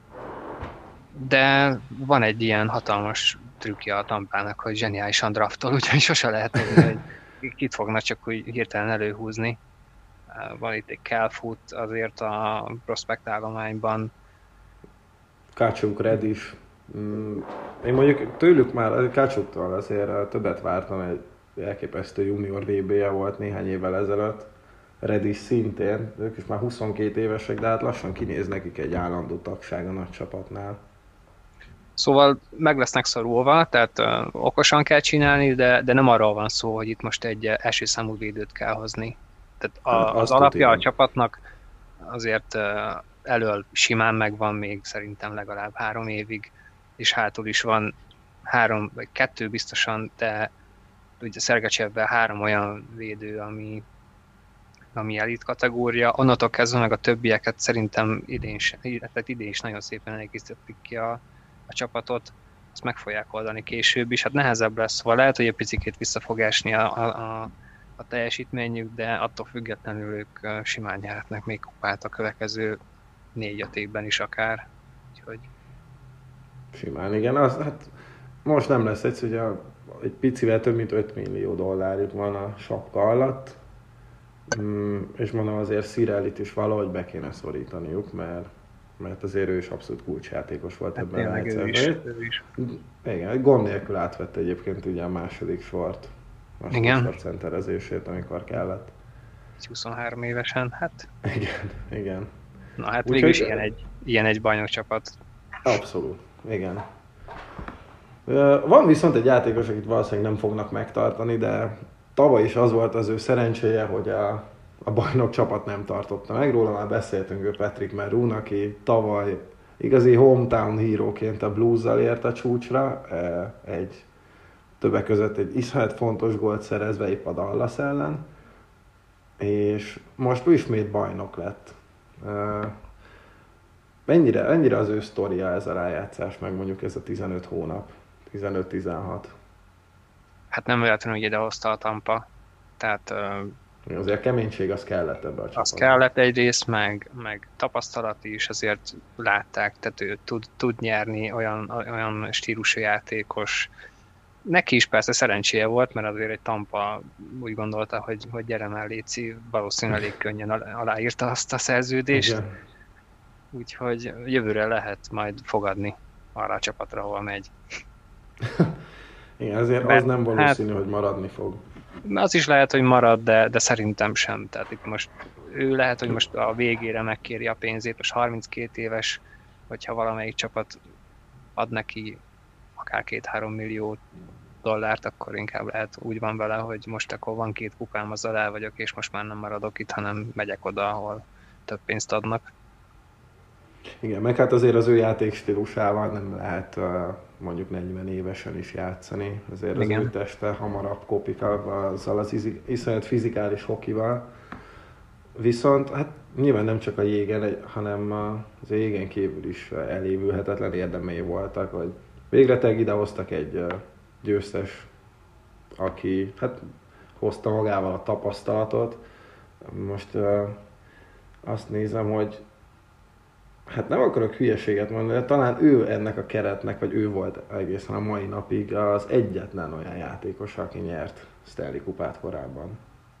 De van egy ilyen hatalmas trükkje a Tampának, hogy zseniálisan draftol, úgyhogy sose lehet tudni, hogy kit fognak csak úgy hirtelen előhúzni. Van itt egy Kelfoot azért a prospekt állományban. Kácsuk, Redis. Én mondjuk tőlük már, Kácsuktól azért többet vártam, egy elképesztő junior VB-je volt néhány évvel ezelőtt. Redis szintén, ők is már 22 évesek, de hát lassan kinéz nekik egy állandó tagság a nagy csapatnál. Szóval meg lesznek szorulva, tehát okosan kell csinálni, de nem arról van szó, hogy itt most egy első számú védőt kell hozni. Tehát az alapja a csapatnak azért elől simán megvan még szerintem legalább 3 évig, és hátul is van 3 vagy 2 biztosan, de ugye Szergacsevben 3 olyan védő, ami elit kategória. Onnantól kezdve meg a többieket szerintem idén is nagyon szépen egészítették ki a csapatot, azt meg fogják oldani később is. Hát nehezebb lesz, szóval lehet, hogy egy picit vissza fog esni a teljesítményük, de attól függetlenül ők simán nyerhetnek még kupát a következő 4-5 évben is akár. Úgyhogy... Simán, igen. Hát most nem lesz egyszerű, hogy egy picivel több mint $5 millió van a sapka alatt, és mondom, azért Cirellit is valahogy be kéne szorítaniuk, mert azért ő is abszolút kulcsjátékos volt hát ebben a rendszerben. Igen, gond nélkül átvette egyébként ugye a második sor centerezését, amikor kellett. 23 évesen, hát... Igen. Na hát végülis ilyen egy bajnokcsapat. Abszolút, igen. Van viszont egy játékos, akit valószínűleg nem fognak megtartani, de tavaly is az volt az ő szerencséje, hogy a bajnok csapat nem tartotta meg. Róla már beszéltünk, ő Patrick Maroon, aki tavaly igazi hometown híróként a Blues-zal ért a csúcsra. Többek között egy iszonyat fontos gólt szerezve épp a Dallas ellen. És most ismét bajnok lett. Mennyire az ő sztoria ez a rájátszás, meg mondjuk ez a 15 hónap, 15-16? Hát nem véletlenül, hogy idehozta a Tampa, tehát... Azért a keménység az kellett ebbe a csapatba. Az kellett egyrészt, meg tapasztalat is, azért látták, tehát ő tud nyerni, olyan stílusú játékos, neki is persze szerencséje volt, mert azért egy Tampa úgy gondolta, hogy gyere már léci, valószínűleg elég könnyen aláírta azt a szerződést. Igen. Úgyhogy jövőre lehet majd fogadni arra a csapatra, ahol megy. Igen, ezért az nem valószínű, hogy maradni fog. Az is lehet, hogy marad, de szerintem sem. Tehát itt most ő lehet, hogy most a végére megkéri a pénzét, most 32 éves, hogyha valamelyik csapat ad neki akár 2-3 millió dollárt, akkor inkább lehet úgy van vele, hogy most akkor van 2 kupám, azzal el vagyok, és most már nem maradok itt, hanem megyek oda, ahol több pénzt adnak. Igen, meg hát azért az ő játékstílusával nem lehet mondjuk 40 évesen is játszani. Azért az ő teste hamarabb kopik azzal az iszonyat fizikális hokival. Viszont hát nyilván nem csak a jégen, hanem az jégen kívül is elévülhetetlen érdemei voltak, hogy végre idehoztak egy győztes, aki hát hozta magával a tapasztalatot. Most azt nézem, hogy hát nem akarok hülyeséget mondani, de talán ő ennek a keretnek, vagy ő volt egészen a mai napig az egyetlen olyan játékos, aki nyert Stanley kupát korábban.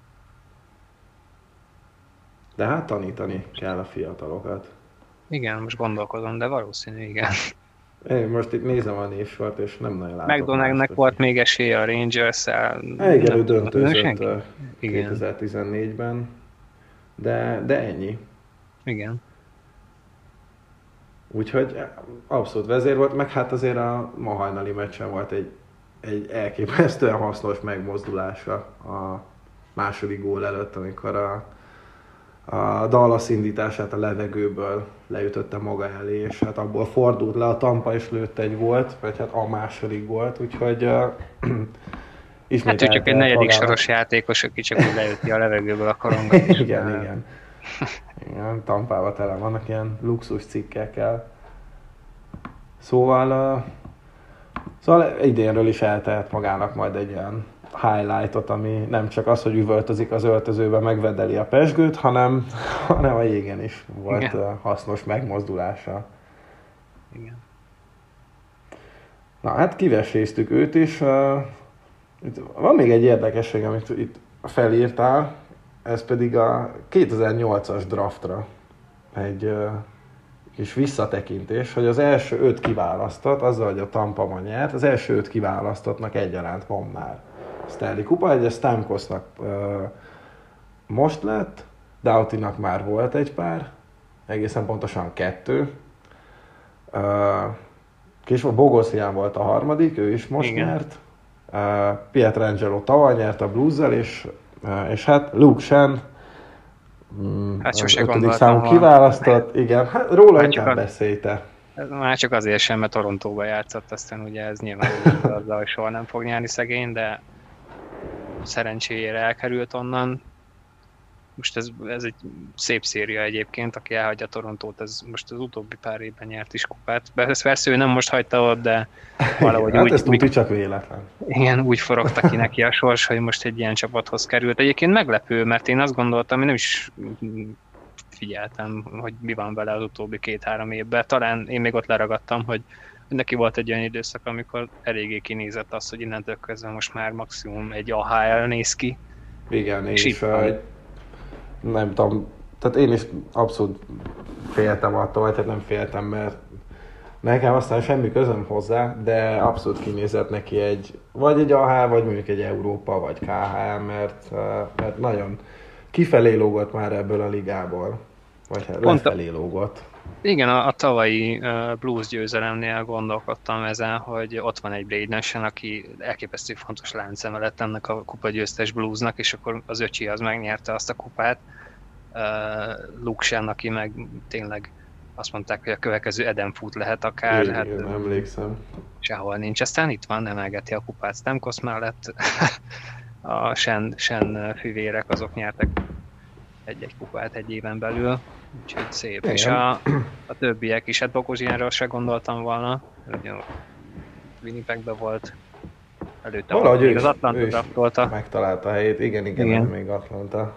De hát tanítani kell a fiatalokat. Igen, most gondolkodom, de valószínű, igen. Én most itt nézem a névsort, és nem nagyon látok. McDonagh-nek volt még esélye a Rangers-el. Igen, ő döntőzött 2014-ben, de ennyi. Igen. Úgyhogy abszolút vezér volt, meg hát azért a ma hajnali meccsen volt egy elképesztően hasznos megmozdulása a második gól előtt, amikor a Dallas indítását a levegőből leütötte maga elé, és hát abból fordult le a Tampa, és lőtt egy gólt, vagy hát a második gólt, úgyhogy ismét hát ő csak egy negyedik soros játékos, aki csak úgy leüti a levegőből a korongot. Igen. Igen, Tampában tele vannak ilyen luxus cikkekkel. Szóval idénről is eltehet magának majd egy ilyen highlightot, ami nem csak az, hogy üvöltözik az öltözőbe, megvedeli a pezsgőt, hanem a jégen is volt hasznos megmozdulása. Igen. Na hát kiveséztük őt is. Itt van még egy érdekesség, amit itt felírtál, ez pedig a 2008-as draftra egy kis visszatekintés, hogy az első 5 kiválasztott, azzal, hogy a Tampa ma nyert, az első 5 kiválasztottnak egyaránt van már Stanley kupa, egy Stamkosnak most lett, Doughtynak már volt egy pár, egészen pontosan 2. Később Bogosian volt a harmadik, ő is most nyert. Pietrangelo tavaly nyert a Blues-zel, és hát Luke Shen, hát az 5. számú kiválasztott, igen, hát róla inkább beszélj te. Már csak azért sem, mert Torontóba játszott, aztán ugye ez nyilván azzal, hogy soha nem fog nyerni szegény, de szerencséjére elkerült onnan. Most ez egy szép széria egyébként, aki elhagyja Torontót, ez most az utóbbi pár évben nyert is kupát. Persze ő nem most hagyta ott, de valahogy hát ez tudni csak véletlen. Igen, úgy forogta ki neki a sors, hogy most egy ilyen csapathoz került. Egyébként meglepő, mert én azt gondoltam, én nem is figyeltem, hogy mi van vele az utóbbi 2-3 évben. Talán én még ott leragadtam, hogy neki volt egy olyan időszak, amikor eléggé kinézett az, hogy innentől kezdve most már maximum egy AHL néz ki. Igen, és nem tudom, tehát én is abszolút féltem attól, vagy nem féltem, mert nekem aztán semmi közöm hozzá, de abszolút kinézett neki vagy egy AHL, vagy mondjuk egy Európa, vagy KHL, mert nagyon kifelé lógott már ebből a ligából, vagy lefelé lógott. Igen, a tavalyi Blues győzelemnél gondolkodtam ezen, hogy ott van egy Brady Nash, aki elképesztő fontos láncszeme lett ennek a kupagyőztes Bluesnak, és akkor az öcsi az megnyerte azt a kupát. Luke Shen, aki meg tényleg azt mondták, hogy a következő Eden Foot lehet akár. Igen, emlékszem. Sehol nincs. Aztán itt van, emelgeti a kupát Stamkos mellett. A Shen fivérek azok nyertek egy kupát egy éven belül. Úgyhogy szép. Igen. És a többiek is, hát Bogosianról se gondoltam volna. Winnipegben volt. Előtte valahogy még az Atlanta draftolta. Megtalálta a helyét. Igen, még Atlanta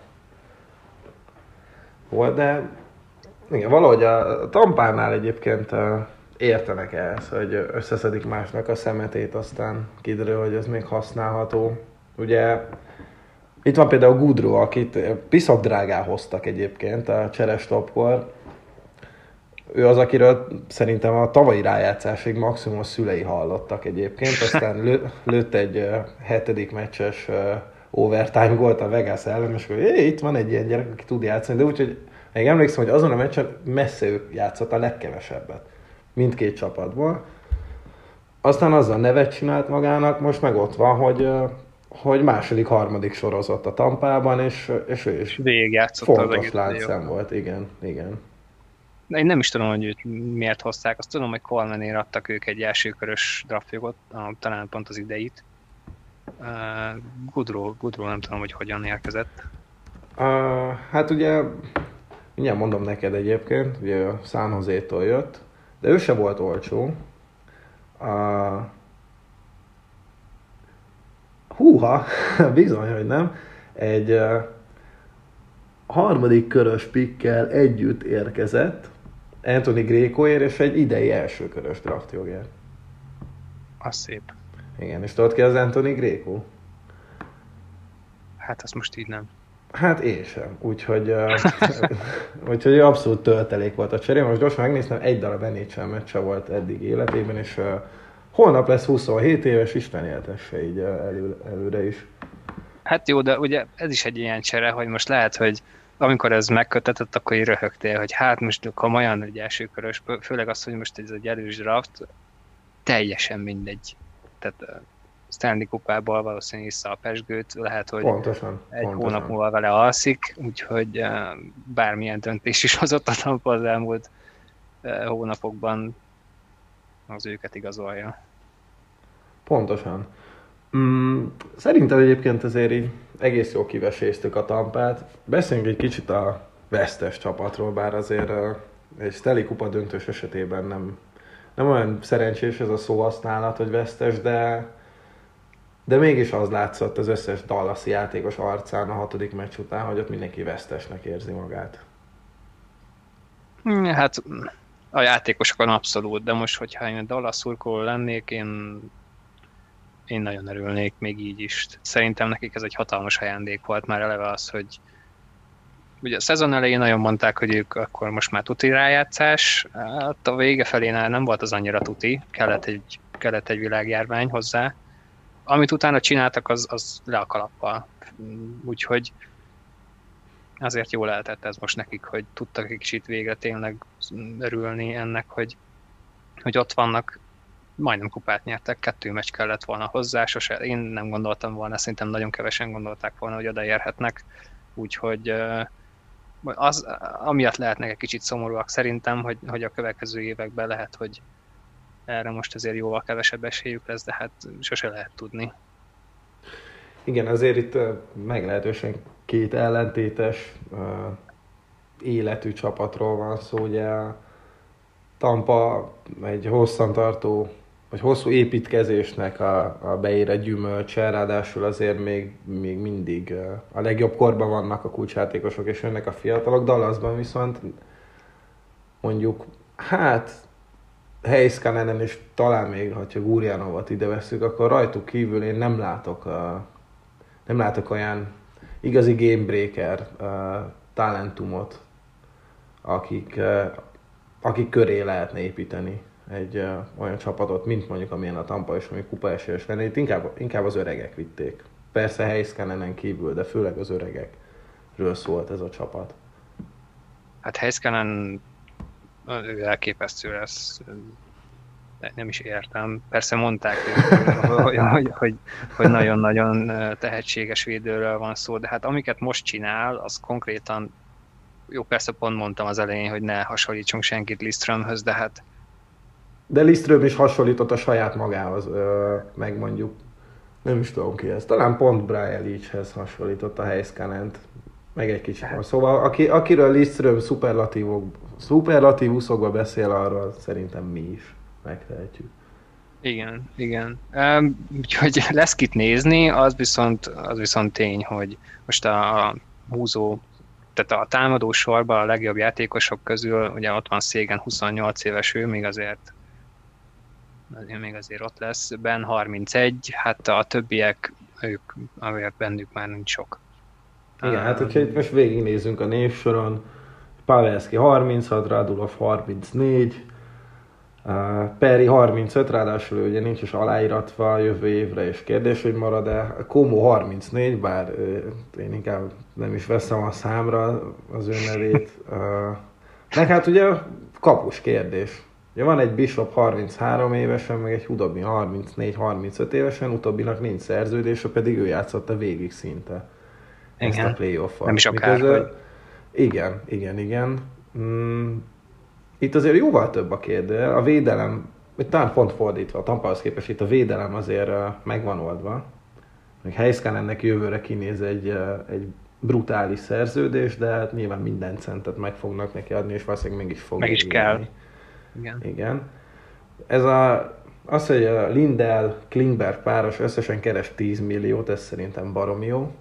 volt, de igen, valahogy a Tampánál egyébként értenek ehhez, hogy összeszedik másnak a szemetét, aztán kiderül, hogy ez még használható. Ugye itt van például Goodrow, akit piszok drágán hoztak egyébként a cseres topkor. Ő az, akiről szerintem a tavalyi rájátszásig maximum a szülei hallottak egyébként, aztán lőtt egy 7. meccses overtime gólt a Vegas ellen, és akkor itt van egy ilyen gyerek, aki tud játszani, de úgyhogy még emlékszem, hogy azon a meccsen messze ő játszott a legkevesebbet mindkét csapatból. Aztán azzal nevet csinált magának, most meg ott van, hogy második, harmadik sorozott a Tampában, és ő is fontos láncszem volt, igen. Én nem is tudom, hogy őt miért hozták. Azt tudom, hogy Colemanért adtak ők egy elsőkörös draftjogot, talán pont az ideit. Goodrow nem tudom, hogy hogyan érkezett. Hát ugye, mindjárt mondom neked egyébként, ugye a San Jose-tól jött, de ő se volt olcsó. Húha, bizony, hogy nem. Egy harmadik körös pikkel együtt érkezett Anthony Grécoért és egy idei elsőkörös draftjogért. Az szép. Igen, és tudod ki az Anthony Gréco? Hát azt most így nem. Hát én sem. Úgyhogy abszolút töltelék volt a cseré. Most gyorsan megnéztem, egy darab NHL meccse volt eddig életében, és holnap lesz 27 éves, Isten éltesse így előre is. Hát jó, de ugye ez is egy ilyen csere, hogy most lehet, hogy amikor ez megkötetett, akkor így röhögtél, hogy hát most komolyan egy elsőkörös, főleg az, hogy most ez egy erős draft, teljesen mindegy. Tehát Stanley kupából valószínűleg iszza a pezsgőt, lehet, hogy pontosan. Hónap múlva vele alszik, úgyhogy bármilyen döntés is hozott a Tampa az elmúlt hónapokban, az őket igazolja. Pontosan. Szerintem egyébként azért így egész jól kiveséztük a Tampát. Beszéljünk egy kicsit a vesztes csapatról, bár azért egy Stanley kupa döntős esetében nem olyan szerencsés ez a szóhasználat, hogy vesztes, de mégis az látszott az összes Dallasi játékos arcán a 6. meccs után, hogy ott mindenki vesztesnek érzi magát. Hát a játékosokon abszolút, de most, hogyha én a Dallas szurkoló lennék, én nagyon örülnék még így is. Szerintem nekik ez egy hatalmas ajándék volt már eleve az, hogy ugye a szezon elején nagyon mondták, hogy ők akkor most már tuti rájátszás, a vége felénál nem volt az annyira tuti, kellett egy világjárvány hozzá. Amit utána csináltak, az le a kalappal. Úgyhogy azért jól lehetett ez most nekik, hogy tudtak egy kicsit végre tényleg örülni ennek, hogy ott vannak, majdnem kupát nyertek, 2 meccs kellett volna hozzá, sose, én nem gondoltam volna, szerintem nagyon kevesen gondolták volna, hogy odaérhetnek, úgyhogy az, amiatt lehetnek egy kicsit szomorúak szerintem, hogy a következő években lehet, hogy erre most azért jóval kevesebb esélyük lesz, de hát sose lehet tudni. Igen, azért itt meglehetősen két ellentétes életű csapatról van szó, ugye Tampa egy hosszantartó, vagy hosszú építkezésnek a beérett gyümölcse, ráadásul azért még mindig a legjobb korban vannak a kulcsjátékosok, és jönnek a fiatalok. Dallasban viszont mondjuk, hát Heiskanen és talán még, ha Gurjanovat ide veszük, akkor rajtuk kívül én nem látok olyan igazi gamebreaker talentumot, akik köré lehetne építeni egy olyan csapatot, mint mondjuk amilyen a Tampa és ami kupa esélyes lenne. Itt inkább az öregek vitték. Persze Heiskanenen kívül, de főleg az öregekről szólt ez a csapat. Hát Heiskanen ő elképesztő lesz. Nem is értem. Persze mondták, hogy nagyon-nagyon tehetséges védőről van szó, de hát amiket most csinál, az konkrétan, jó, persze pont mondtam az elején, hogy ne hasonlítsunk senkit Lidströmhöz, de hát... De Lidström is hasonlított a saját magához, meg mondjuk, nem is tudom ki ez, talán pont Brian Leachhez hasonlított a Heiskanent, meg egy kicsit. Hát. Szóval akiről Lidström szuperlatívuszokba beszél, arról szerintem mi is megtehetjük. Igen. Úgyhogy lesz kit nézni, az viszont tény, hogy most a húzó, tehát a támadó sorban a legjobb játékosok közül, ugye ott van Szégen 28 éves, ő még azért azért még azért ott lesz. Ben 31, hát a többiek, ők, azért bennük már nincs sok. Igen, hát hogyha itt most végignézzünk a névsoron, Pavelski 36, Radulov 34, Peri 35, ráadásul ugye nincs is aláíratva a jövő évre, és kérdés, hogy marad-e. Komo 34, bár én inkább nem is veszem a számra az ő nevét. Meg hát ugye kapus kérdés. Ugye van egy Bishop 33 évesen, meg egy Hudobin 34-35 évesen, utóbbinak nincs szerződése, pedig ő játszotta végig szinte ezt a playoffot. Nem is akár. Igen. Itt azért jóval több a kérdő. A védelem, talán pont fordítva, a Tampához képest itt a védelem azért meg van oldva. Heiskanen jövőre kinéz egy brutális szerződés, de hát nyilván minden centet meg fognak neki adni, és valószínűleg meg is fog. Meg is kell. Igen. Ez az, hogy a Lindell-Klingberg páros összesen keres 10 milliót, ez szerintem baromi jó.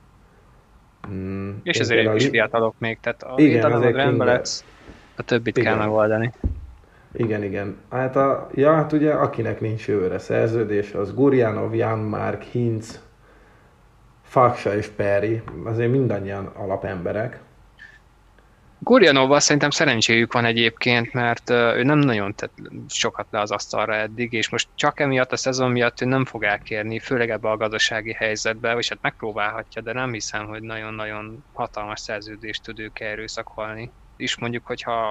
És ezért is fiatalok még, tehát a védelem rendben lesz, a többit kell megoldani. Igen. Hát ugye akinek nincs jövőre szerződés, az Gurjánov, Janmark, Hintz, Faksa és Peri, azért mindannyian alapemberek. Gurjanovval szerintem szerencséjük van egyébként, mert ő nem nagyon tett sokat le az asztalra eddig, és most csak emiatt a szezon miatt ő nem fog elkérni, főleg ebbe a gazdasági helyzetbe, és hát megpróbálhatja, de nem hiszem, hogy nagyon-nagyon hatalmas szerződést tud ők erőszakolni. És mondjuk,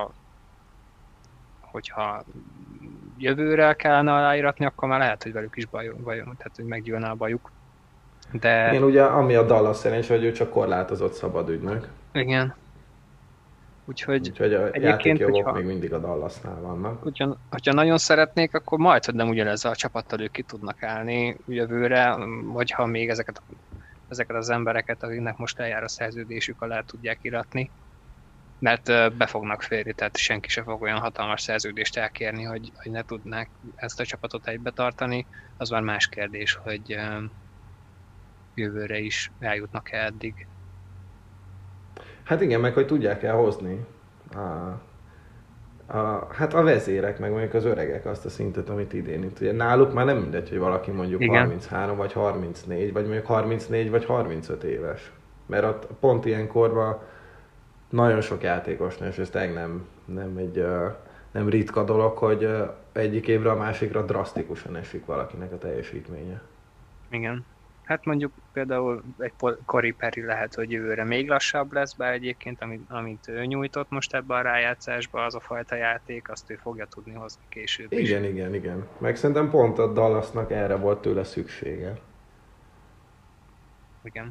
hogyha jövőre kellene aláíratni, akkor már lehet, hogy velük is baj, tehát hogy meggyűlne a bajuk. De... Igen, ugye ami a Dallas szerencsé, hogy ő csak korlátozott szabad ügynök. Igen. Úgyhogy a játékjogok még mindig a Dallasnál vannak. Hogyha nagyon szeretnék, akkor majd, hogy nem ugyanezzel a csapattal ők ki tudnak állni jövőre, vagy ha még ezeket az embereket, akiknek most eljár a szerződésük, alá tudják iratni, mert be fognak férni, tehát senki se fog olyan hatalmas szerződést elkérni, hogy ne tudnák ezt a csapatot egybe tartani. Az már más kérdés, hogy jövőre is eljutnak-e eddig. Hát igen, meg hogy tudják elhozni hát a vezérek, meg mondjuk az öregek azt a szintet, amit idén itt. Ugye náluk már nem mindegy, hogy valaki mondjuk igen. 33 vagy 34, vagy mondjuk 34 vagy 35 éves. Mert ott pont ilyen korban nagyon sok játékosnál, és ez tényleg nem ritka dolog, hogy egyik évre a másikra drasztikusan esik valakinek a teljesítménye. Igen. Hát mondjuk például egy Corey Perry lehet, hogy jövőre még lassabb lesz, bár egyébként amit ő nyújtott most ebbe a rájátszásba, az a fajta játék, azt ő fogja tudni hozni később is. Igen. Meg szerintem pont a Dallasnak erre volt tőle szüksége. Igen.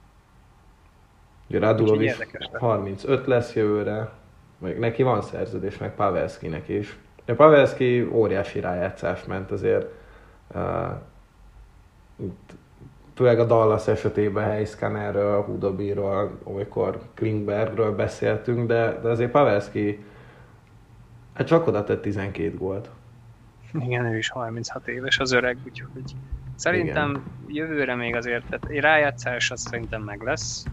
Radulov is 35 lesz jövőre, meg neki van szerződés, meg Pavelskinek is. A Pavelski óriási rájátszás ment azért. Főleg a Dallas esetében Heiskanerről, Hudobinról, olykor Klingbergről beszéltünk, de azért Pavelski hát csak oda tett 12 gólt. Igen, ő is 36 éves az öreg, úgyhogy szerintem igen. Jövőre még azért, tehát egy rájátszás az szerintem meg lesz.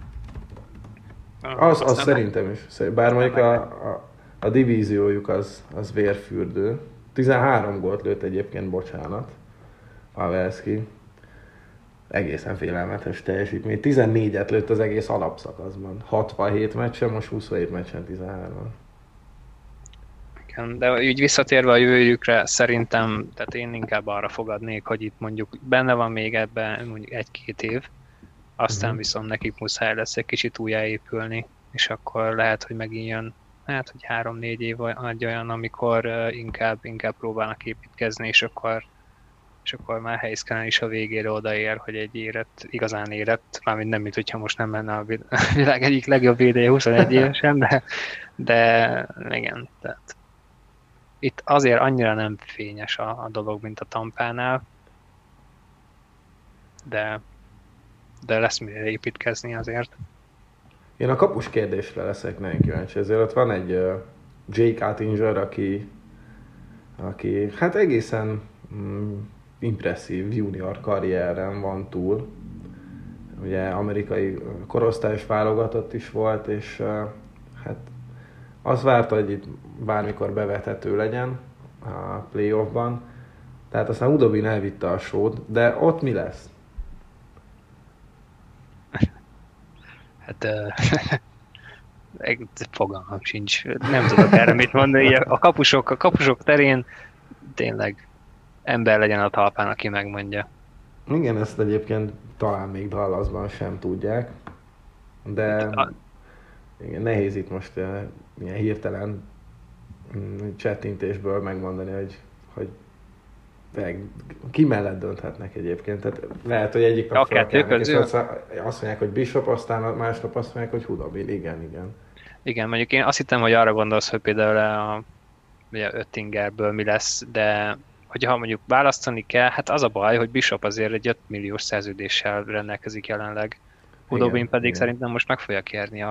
Az szerintem is. Bár mondjuk a divíziójuk az vérfürdő. 13 gólt lőtt egyébként, bocsánat, Pavelski. Egészen félelmetes teljesítmény. 14-et lőtt az egész alapszakaszban. 67 meccsen, most 27 meccsen 13. Igen, de így visszatérve a jövőjükre, szerintem, tehát én inkább arra fogadnék, hogy itt mondjuk benne van még ebben mondjuk 1-2 év, aztán viszont nekik muszáj lesz egy kicsit újjáépülni, és akkor lehet, hogy megint jön, hát, hogy 3-4 év egy olyan, amikor inkább próbálnak építkezni, és akkor már Heiskanen is a végére odaér, hogy egy igazán érett, mármint nem, mint hogyha most nem menne a világ egyik legjobb védője 21 évesen, de igen, tehát itt azért annyira nem fényes a dolog, mint a Tampánál, de lesz mire építkezni azért. Én a kapus kérdésre leszek nagyon kíváncsi, ezért ott van egy Jake Attinger, aki hát egészen impresszív junior karrieren van túl. Ugye amerikai korosztályos válogatott is volt, és hát azt várta, hogy itt bármikor bevethető legyen a playoffban. Tehát aztán Hudobin elvitte a sót, de ott mi lesz? Hát fogalmam sincs. Nem tudok erre mit mondani. A kapusok terén tényleg ember legyen a talpán, aki megmondja. Igen, ezt egyébként talán még Dallasban sem tudják, de igen, nehéz itt most ilyen hirtelen csettintésből megmondani, hogy ki mellett dönthetnek egyébként. Tehát lehet, hogy egyik nap felkelnek, és azt mondják, hogy Bishop, aztán másnap azt mondják, hogy Hudobin. Igen. Igen, mondjuk én azt hittem, hogy arra gondolsz, hogy például ugye Oettingerből mi lesz, de hogyha mondjuk választani kell, hát az a baj, hogy Bishop azért egy 5 milliós szerződéssel rendelkezik jelenleg. Hudobin pedig szerintem most meg fogja kérni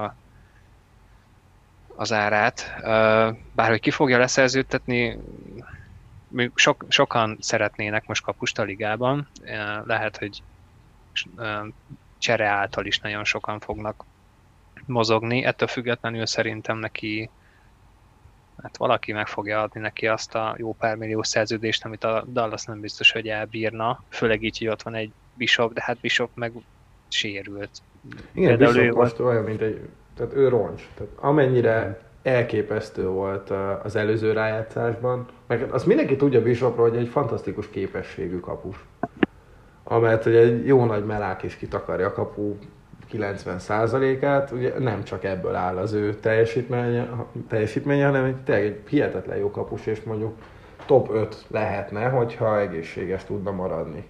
az árát. Bárhogy ki fogja leszerződtetni, sokan szeretnének most kapust a ligában. Lehet, hogy csere által is nagyon sokan fognak mozogni. Ettől függetlenül szerintem neki, hát valaki meg fogja adni neki azt a jó pár millió szerződést, amit a Dallas nem biztos, hogy elbírna. Főleg így, hogy ott van egy Bishop, de hát Bishop meg sérült. Igen, Bishop most olyan, mint tehát ő roncs. Tehát amennyire elképesztő volt az előző rájátszásban, meg azt mindenki tudja Bishopról, hogy egy fantasztikus képességű kapus. Amelyet hogy egy jó nagy melák is kitakarja a kapu 90%-át, ugye nem csak ebből áll az ő teljesítménye, hanem tényleg egy hihetetlen jó kapus, és mondjuk top 5 lehetne, hogyha egészséges tudna maradni.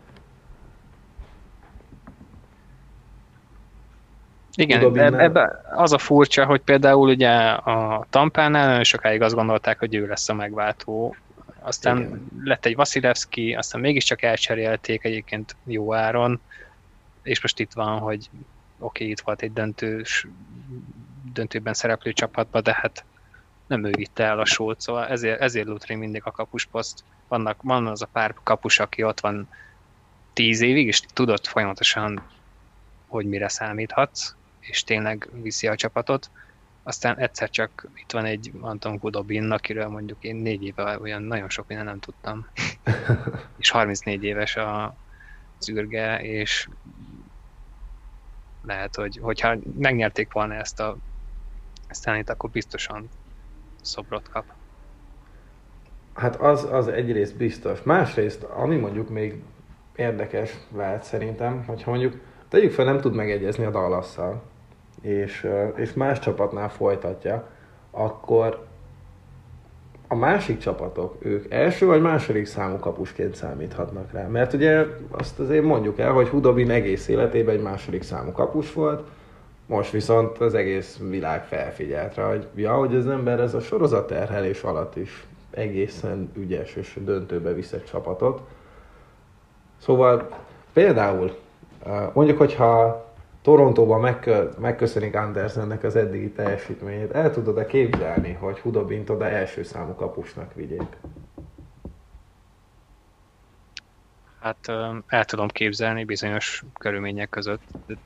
Igen, ebben az a furcsa, hogy például ugye a Tampánál nagyon sokáig azt gondolták, hogy ő lesz a megváltó. Aztán igen, lett egy Vasilevski, aztán mégiscsak elcserélték egyébként jó áron, és most itt van, hogy oké, itt volt egy döntőben szereplő csapatban, de hát nem ő vitte el a sót, szóval ezért lutri mindig a kapusposzt. Van az a pár kapus, aki ott van 10 évig, és tudod folyamatosan, hogy mire számíthatsz, és tényleg viszi a csapatot. Aztán egyszer csak itt van egy Anton Hudobin, akiről mondjuk én 4 éve olyan nagyon sok minden nem tudtam. És 34 éves az űrge, és lehet, hogyha megnyerték volna ezt a Stanley-t, akkor biztosan szobrot kap. Hát az egyrészt biztos. Másrészt, ami mondjuk még érdekes lehet szerintem, hogyha mondjuk tegyük fel, nem tud megegyezni a Dallasszal, és más csapatnál folytatja, akkor a másik csapatok, ők első vagy második számú kapusként számíthatnak rá. Mert ugye azt azért mondjuk el, hogy Hudobin egész életében egy második számú kapus volt, most viszont az egész világ felfigyelt rá, hogy az ember ez a sorozatterhelés alatt is egészen ügyes és döntőbe visz egy csapatot. Szóval például mondjuk, hogyha Torontóban megköszönik Andersennek az eddigi teljesítményét, el tudod-e képzelni, hogy Hudobint oda első számú kapusnak vigyék? Hát el tudom képzelni bizonyos körülmények között.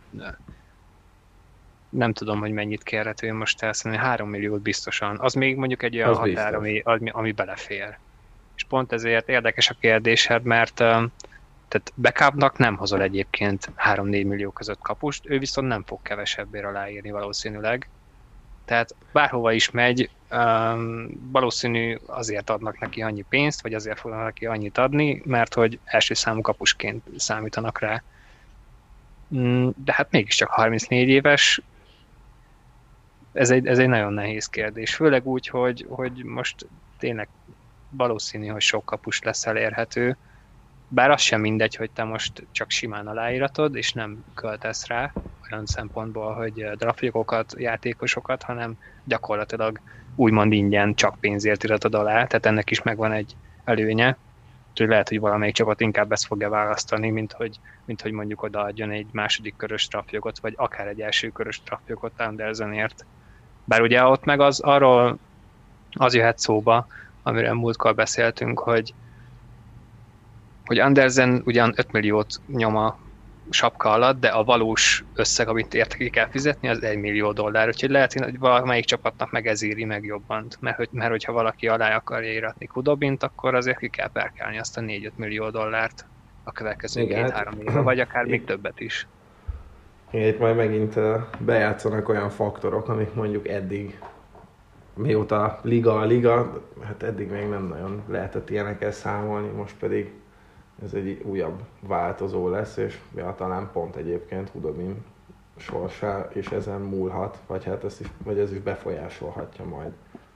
Nem tudom, hogy mennyit kérhet ő most elszállni, 3 milliót biztosan. Az még mondjuk egy olyan határ, ami belefér. És pont ezért érdekes a kérdésed, mert tehát backupnak nem hozol egyébként 3-4 millió között kapust, ő viszont nem fog kevesebbért aláírni valószínűleg. Tehát bárhova is megy, valószínű azért adnak neki annyi pénzt, vagy azért fognak neki annyit adni, mert hogy első számú kapusként számítanak rá. De hát mégiscsak 34 éves, ez egy nagyon nehéz kérdés. Főleg úgy, hogy most tényleg valószínű, hogy sok kapus lesz elérhető, bár az sem mindegy, hogy te most csak simán aláíratod, és nem költesz rá olyan szempontból, hogy draftjogokat, játékosokat, hanem gyakorlatilag úgymond ingyen csak pénzért iratod alá, tehát ennek is megvan egy előnye. Úgyhogy lehet, hogy valamelyik csapat inkább ezt fogja választani, mint hogy mondjuk odaadjon egy második körös draftjogot, vagy akár egy első körös draftjogot Andersenért. Bár ugye ott meg arról az jöhet szóba, amiről múltkor beszéltünk, hogy Andersen ugyan 5 milliót nyom a sapka alatt, de a valós összeg, amit érte ki kell fizetni, az $1 millió. Úgyhogy lehet, hogy valamelyik csapatnak meg ez éri meg jobban. Mert hogyha valaki alá akarja íratni Kudobint, akkor azért ki kell perkálni azt a $4-5 millió a következő 2-3 évre, vagy akár még többet is. Itt majd megint bejátszanak olyan faktorok, amik mondjuk eddig, mióta a liga, hát eddig még nem nagyon lehetett ilyenekkel számolni, most pedig ez egy újabb változó lesz, és ja, talán pont egyébként Hudobin sorsa és ezen múlhat, vagy hát ez is befolyásolhatja majd.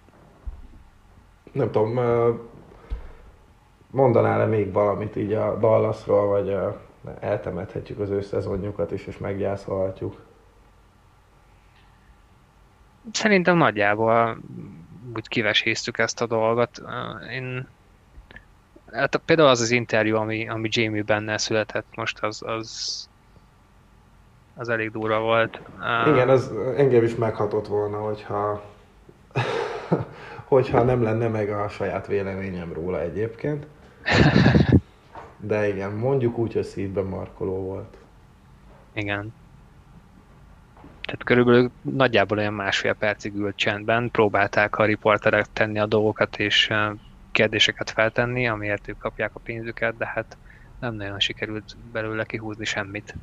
Nem tudom, mondanál-e még valamit így a Dallasról, vagy eltemethetjük az ő szezonjukat is, és meggyászolhatjuk? Szerintem nagyjából úgy kiveséztük ezt a dolgot. Hát például az interjú, ami Jamie Bennel született most, az elég durva volt. Igen, az engem is meghatott volna, hogyha nem lenne meg a saját véleményem róla egyébként. De igen, mondjuk úgy, hogy szívben markoló volt. Igen. Tehát körülbelül nagyjából olyan 1,5 percig ült csendben, próbálták a riporterek tenni a dolgokat és kérdéseket feltenni, amiért ők kapják a pénzüket, de hát nem nagyon sikerült belőle kihúzni semmit.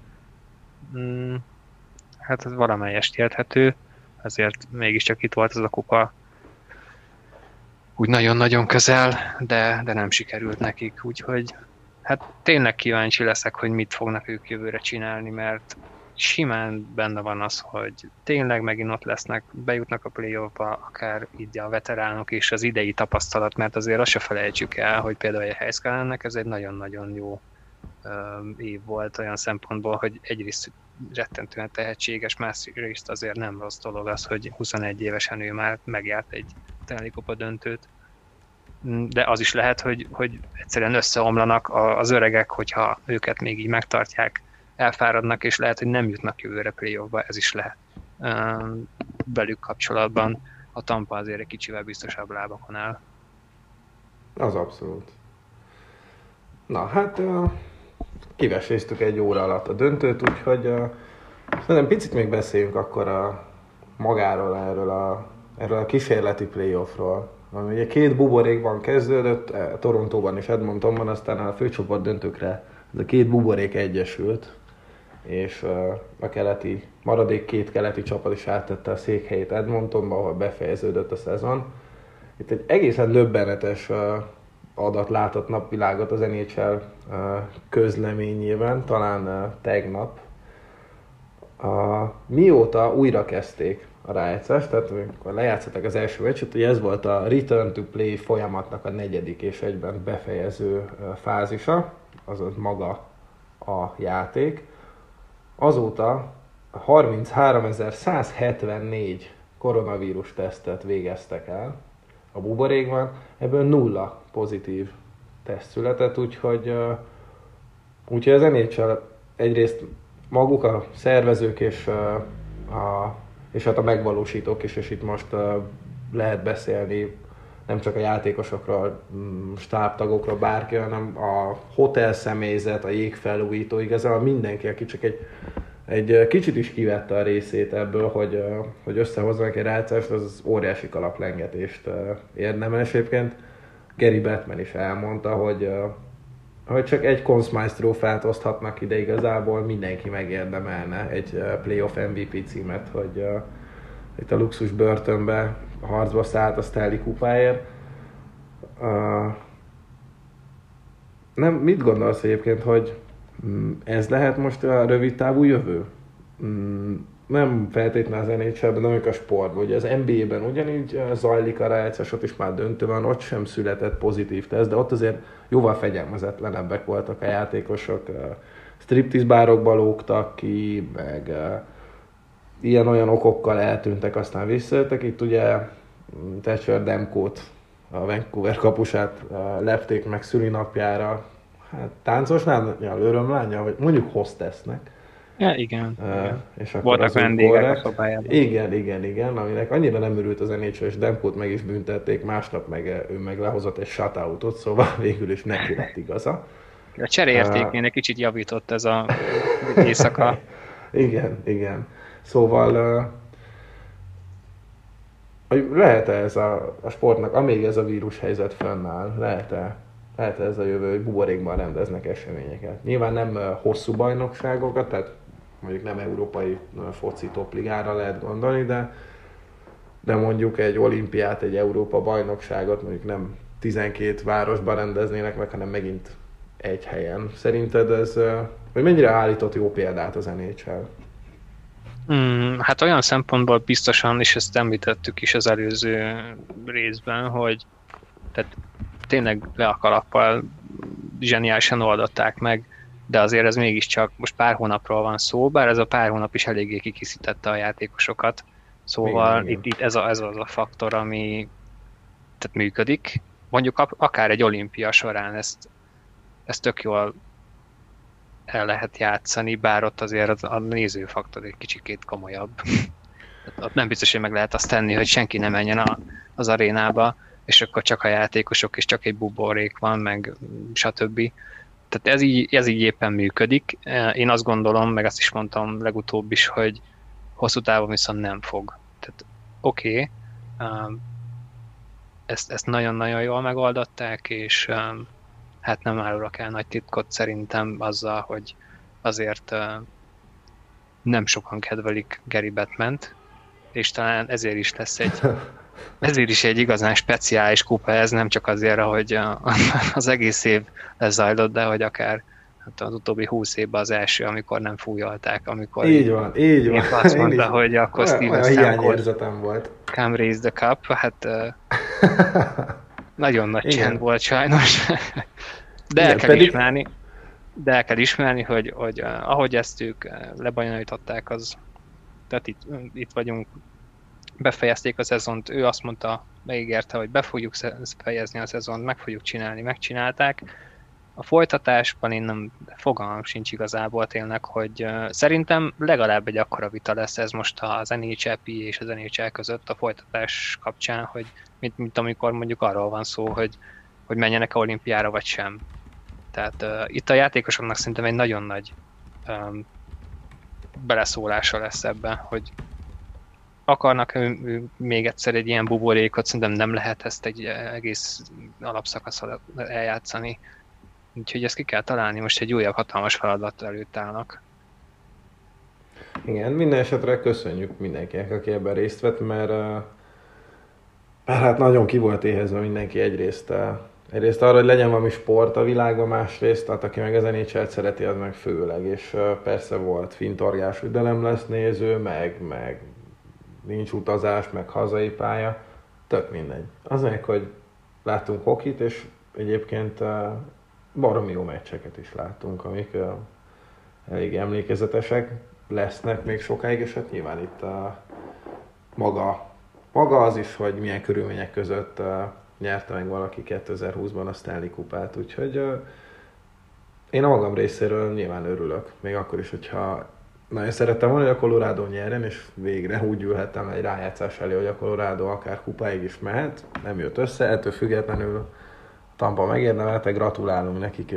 Hát ez valamelyest érthető, azért mégiscsak itt volt az a kupa úgy nagyon-nagyon közel, de nem sikerült nekik, úgyhogy hát tényleg kíváncsi leszek, hogy mit fognak ők jövőre csinálni, mert simán benne van az, hogy tényleg megint ott lesznek, bejutnak a playoffba, akár így a veteránok és az idei tapasztalat, mert azért azt se felejtsük el, hogy például egy Heiskalennek ez egy nagyon-nagyon jó év volt olyan szempontból, hogy egyrészt rettentően tehetséges, másrészt azért nem rossz dolog az, hogy 21 évesen ő már megjárt egy Stanley Kupa döntőt. De az is lehet, hogy egyszerűen összeomlanak az öregek, hogyha őket még így megtartják, elfáradnak, és lehet, hogy nem jutnak jövőre playoffba, ez is lehet. Velük kapcsolatban a Tampa azért egy kicsivel biztosabb lábakon áll. Az abszolút. Na hát kiveséztük egy óra alatt a döntőt, úgyhogy szerintem picit még beszéljünk akkor magáról, erről a kísérleti playoffról. Ami ugye 2 buborékban kezdődött, Torontóban és Edmontonban, aztán a főcsoport döntőkre ez a 2 buborék egyesült, és a maradék 2 keleti csapat is áttette a székhelyét Edmontonba, ahol befejeződött a szezon. Itt egy egészen döbbenetes adat látott napvilágot az NHL közleményében, talán tegnap. Mióta újra kezdték a rájátszást, tehát amikor lejátszották az első meccset, hogy ez volt a return to play folyamatnak a 4. és egyben befejező fázisa, azaz maga a játék. Azóta 33.174 koronavírus tesztet végeztek el a buborékban, ebből 0 pozitív teszt született, úgyhogy az NHL egyrészt maguk a szervezők és hát a megvalósítók is, és itt most lehet beszélni nem csak a játékosokról, stábtagokról, bárki, hanem a hotel személyzet, a jégfelújító, igazából mindenki, aki csak egy kicsit is kivette a részét ebből, hogy összehozzanak egy rájátszást, az óriási kalaplengetést érdemel. És egyébként Gary Bettman is elmondta, hogy csak egy Conn Smythe trófeát oszthatnak ide, igazából mindenki megérdemelne egy playoff MVP címet, hogy itt a luxus börtönbe harcba szállt a Stanley kupáért. Mit gondolsz egyébként, hogy ez lehet most a rövid távú jövő? Nem feltétlenül az NHL-ben, de a sportban. Ugye az NBA-ben ugyanígy zajlik a rájátszás, ott is már döntő van, ott sem született pozitív teszt, de ott azért jóval fegyelmezetlenebbek voltak a játékosok. Striptease bárokba lógtak ki, meg ilyen-olyan okokkal eltűntek, aztán visszajöttek. Itt ugye Thatcher Demkót, a Vancouver kapusát lepték meg szülinapjára. Hát táncosnál, örömlánya, vagy mondjuk hostessnek. Ja, igen. És akkor voltak vendégek a szobájában. Igen, aminek annyira nem örült az NHL, és Demkót meg is büntették, másnap ő meg lehozott egy shutoutot, szóval végül is neki lett igaza. A cseréértékén egy kicsit javított ez a éjszaka. Igen. Szóval lehet-e ez a sportnak, amíg ez a vírushelyzet fönnáll, lehet-e ez a jövő, hogy buborékban rendeznek eseményeket? Nyilván nem hosszú bajnokságokat, tehát mondjuk nem európai foci topligára lehet gondolni, de mondjuk egy olimpiát, egy Európa bajnokságot mondjuk nem 12 városban rendeznének meg, hanem megint egy helyen. Szerinted ez, vagy mennyire állított jó példát az NHL? Hát olyan szempontból biztosan, és ezt említettük is az előző részben, hogy tehát tényleg le a kalappal zseniálisan oldották meg, de azért ez mégiscsak most pár hónapról van szó, bár ez a pár hónap is eléggé kikészítette a játékosokat. Szóval Igen. Itt ez az a faktor, ami tehát működik. Mondjuk akár egy olimpia során ezt tök jól el lehet játszani, bár ott azért a nézőfaktor egy kicsikét komolyabb. Ott nem biztos, hogy meg lehet azt tenni, hogy senki nem menjen az arénába, és akkor csak a játékosok, és csak egy buborék van, meg stb. Tehát ez így éppen működik. Én azt gondolom, meg azt is mondtam legutóbb is, hogy hosszú távon viszont nem fog. Tehát oké, ezt nagyon-nagyon jól megoldották, és hát nem árulok el nagy titkot szerintem azzal, hogy azért nem sokan kedvelik Gary Bettmant, és talán ezért is egy igazán speciális kupa ez, nem csak azért, hogy az egész év lezajlott, de hogy akár hát az utóbbi 20 évben az első, amikor nem fújolták, amikor így van. Azt mondta, hogy akkor Steven Stamkos volt come raise the cup, hát nagyon nagy csend volt sajnos. De el kell ismerni, hogy ahogy ezt ők lebonyolították, tehát itt vagyunk, befejezték a szezont, ő azt mondta, megígérte, hogy be fogjuk fejezni a szezont, meg fogjuk csinálni, megcsinálták. A folytatásban én nem fogalmam sincs igazából tényleg, hogy szerintem legalább egy akkora vita lesz ez most az NHLP és az NHL között a folytatás kapcsán, hogy mint amikor mondjuk arról van szó, hogy menjenek-e olimpiára vagy sem. Tehát itt a játékosoknak szerintem egy nagyon nagy beleszólása lesz ebben, hogy akarnak még egyszer egy ilyen buborékot, szerintem nem lehet ezt egy egész alapszakasz alatt eljátszani. Úgyhogy ezt ki kell találni, most egy újabb hatalmas feladat előtt állnak. Igen, minden esetre köszönjük mindenkinek, aki ebben részt vett, mert hát nagyon ki volt éhezve mindenki egyrészt arra, hogy legyen valami sport a világban, másrészt, tehát aki meg az NHL-t szereti, az meg főleg, és persze volt fintorgás, hogy de nem lesz néző, meg nincs utazás, meg hazai pálya, tök mindegy. Az meg, hogy láttunk hokit, és egyébként baromi jó meccseket is láttunk, amik elég emlékezetesek lesznek még sokáig, és hát nyilván itt maga az is, hogy milyen körülmények között nyerte meg valaki 2020-ban a Stanley Kupát, úgyhogy én a magam részéről nyilván örülök, még akkor is, hogyha nagyon szerettem volna, hogy a Colorado nyerjen, és végre úgy ülhettem egy rájátszás elé, hogy a Colorado akár kupáig is mehet, nem jött össze, ettől függetlenül Tampa megérdemelte, gratulálunk nekik,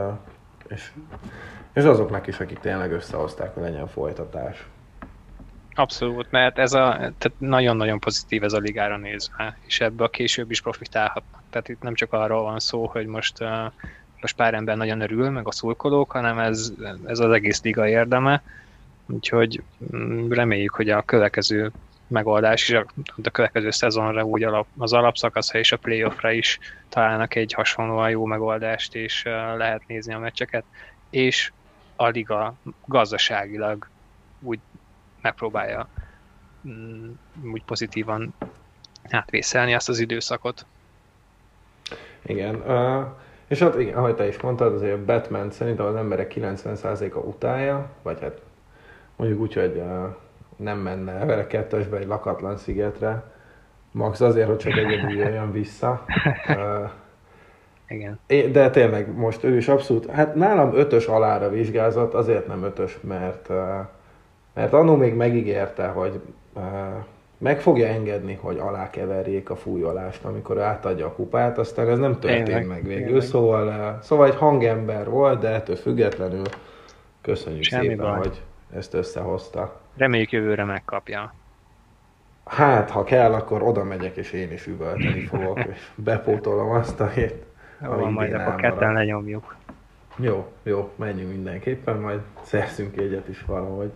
és azoknak is, akik tényleg összehozták, hogy legyen folytatás. Abszolút, mert tehát nagyon-nagyon pozitív ez a ligára nézve, és ebből később is profitálhatnak. Tehát itt nem csak arról van szó, hogy most pár ember nagyon örül, meg a szurkolók, hanem ez az egész liga érdeme. Úgyhogy reméljük, hogy a következő megoldás és a következő szezonra úgy az alapszakaszra és a playoffra is találnak egy hasonlóan jó megoldást, és lehet nézni a meccseket, és a liga gazdaságilag úgy megpróbálja úgy pozitívan átvészelni azt az időszakot. Igen, és hát igen, ahogy te is mondtad, azért Batman szerintem az emberek 90%-a utálja, vagy hát mondjuk úgy, hogy nem menne vele kettesbe egy lakatlan szigetre, max azért, hogy csak egyedül jöjjön vissza. Igen. De tényleg most ő is abszolút, hát nálam 5-ös alára vizsgázott, azért nem 5-ös, mert annó még megígérte, hogy meg fogja engedni, hogy alákeverjék a fújolást, amikor átadja a kupát, aztán ez nem történt meg végül. Szóval egy hangember volt, de ettől függetlenül Köszönjük Semmi szépen, baj. hogy ezt összehozta. Reméljük jövőre megkapja. Hát, ha kell, akkor oda megyek, és én is üvölteni fogok, és bepótolom azt, ami Majd idén akkor ketten elmaradt. lenyomjuk. Jó, menjünk mindenképpen, majd szerzünk egyet is valahogy.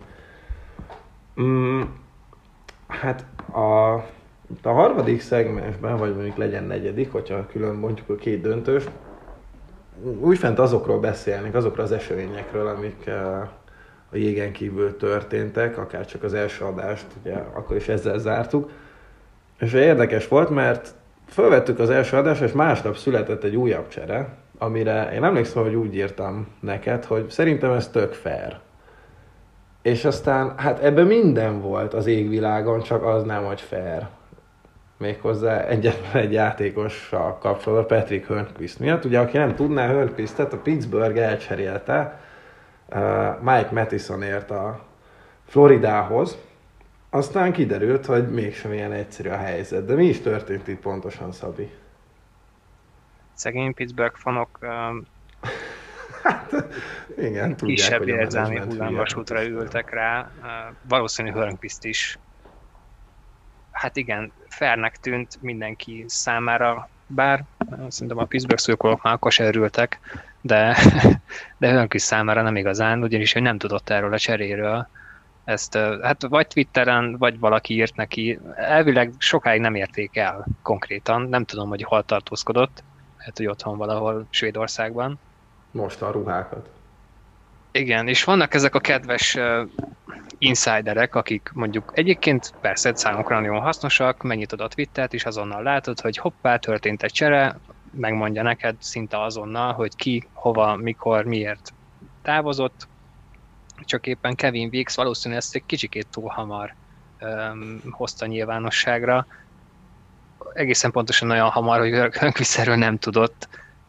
Hát a harmadik szegmensben, vagy mondjuk legyen negyedik, hogyha külön mondjuk a két döntős, újfent azokról beszélnék, azokról az eseményekről, amik a jégen kívül történtek, akár csak az első adást, ugye akkor is ezzel zártuk. És érdekes volt, mert felvettük az első adást, és másnap született egy újabb csere, amire én emlékszem, hogy úgy írtam neked, hogy szerintem ez tök fair. És aztán, hát ebben minden volt az égvilágon, csak az nem, hogy fair. Méghozzá egyetlen egy játékossal kapcsolatban, Patrick Hornqvist miatt. Ugye, aki nem tudná, Hornqvistet a Pittsburgh elcserélte Mike Mattisonért a Floridához. Aztán kiderült, hogy mégsem ilyen egyszerű a helyzet. De mi is történt itt pontosan, Szabi? Szegény Pittsburgh fanok Igen, tudják, kisebb hogy a érzelmi menedzsment hullámvasútra hülye. ültek rá. Valószínű Hornqvist is. Hát igen, fairnek tűnt mindenki számára, bár szerintem a Pittsburgh szurkolók már akkor se örültek, de Hornqvist számára nem igazán, ugyanis ő nem tudott erről a cseréről. Ezt hát vagy Twitteren, vagy valaki írt neki. Elvileg sokáig nem érték el konkrétan, nem tudom, hogy hol tartózkodott, lehet, hogy otthon valahol Svédországban. Most a ruhákat. Igen, és vannak ezek a kedves insiderek, akik mondjuk egyébként persze számukra nagyon hasznosak, megnyitod a Twittert, és azonnal látod, hogy hoppá, történt egy csere, megmondja neked szinte azonnal, hogy ki, hova, mikor, miért távozott, csak éppen Kevin Weeks valószínűleg ezt egy kicsikét túl hamar hozta nyilvánosságra. Egészen pontosan olyan hamar, hogy Hornqvist erről nem tudott,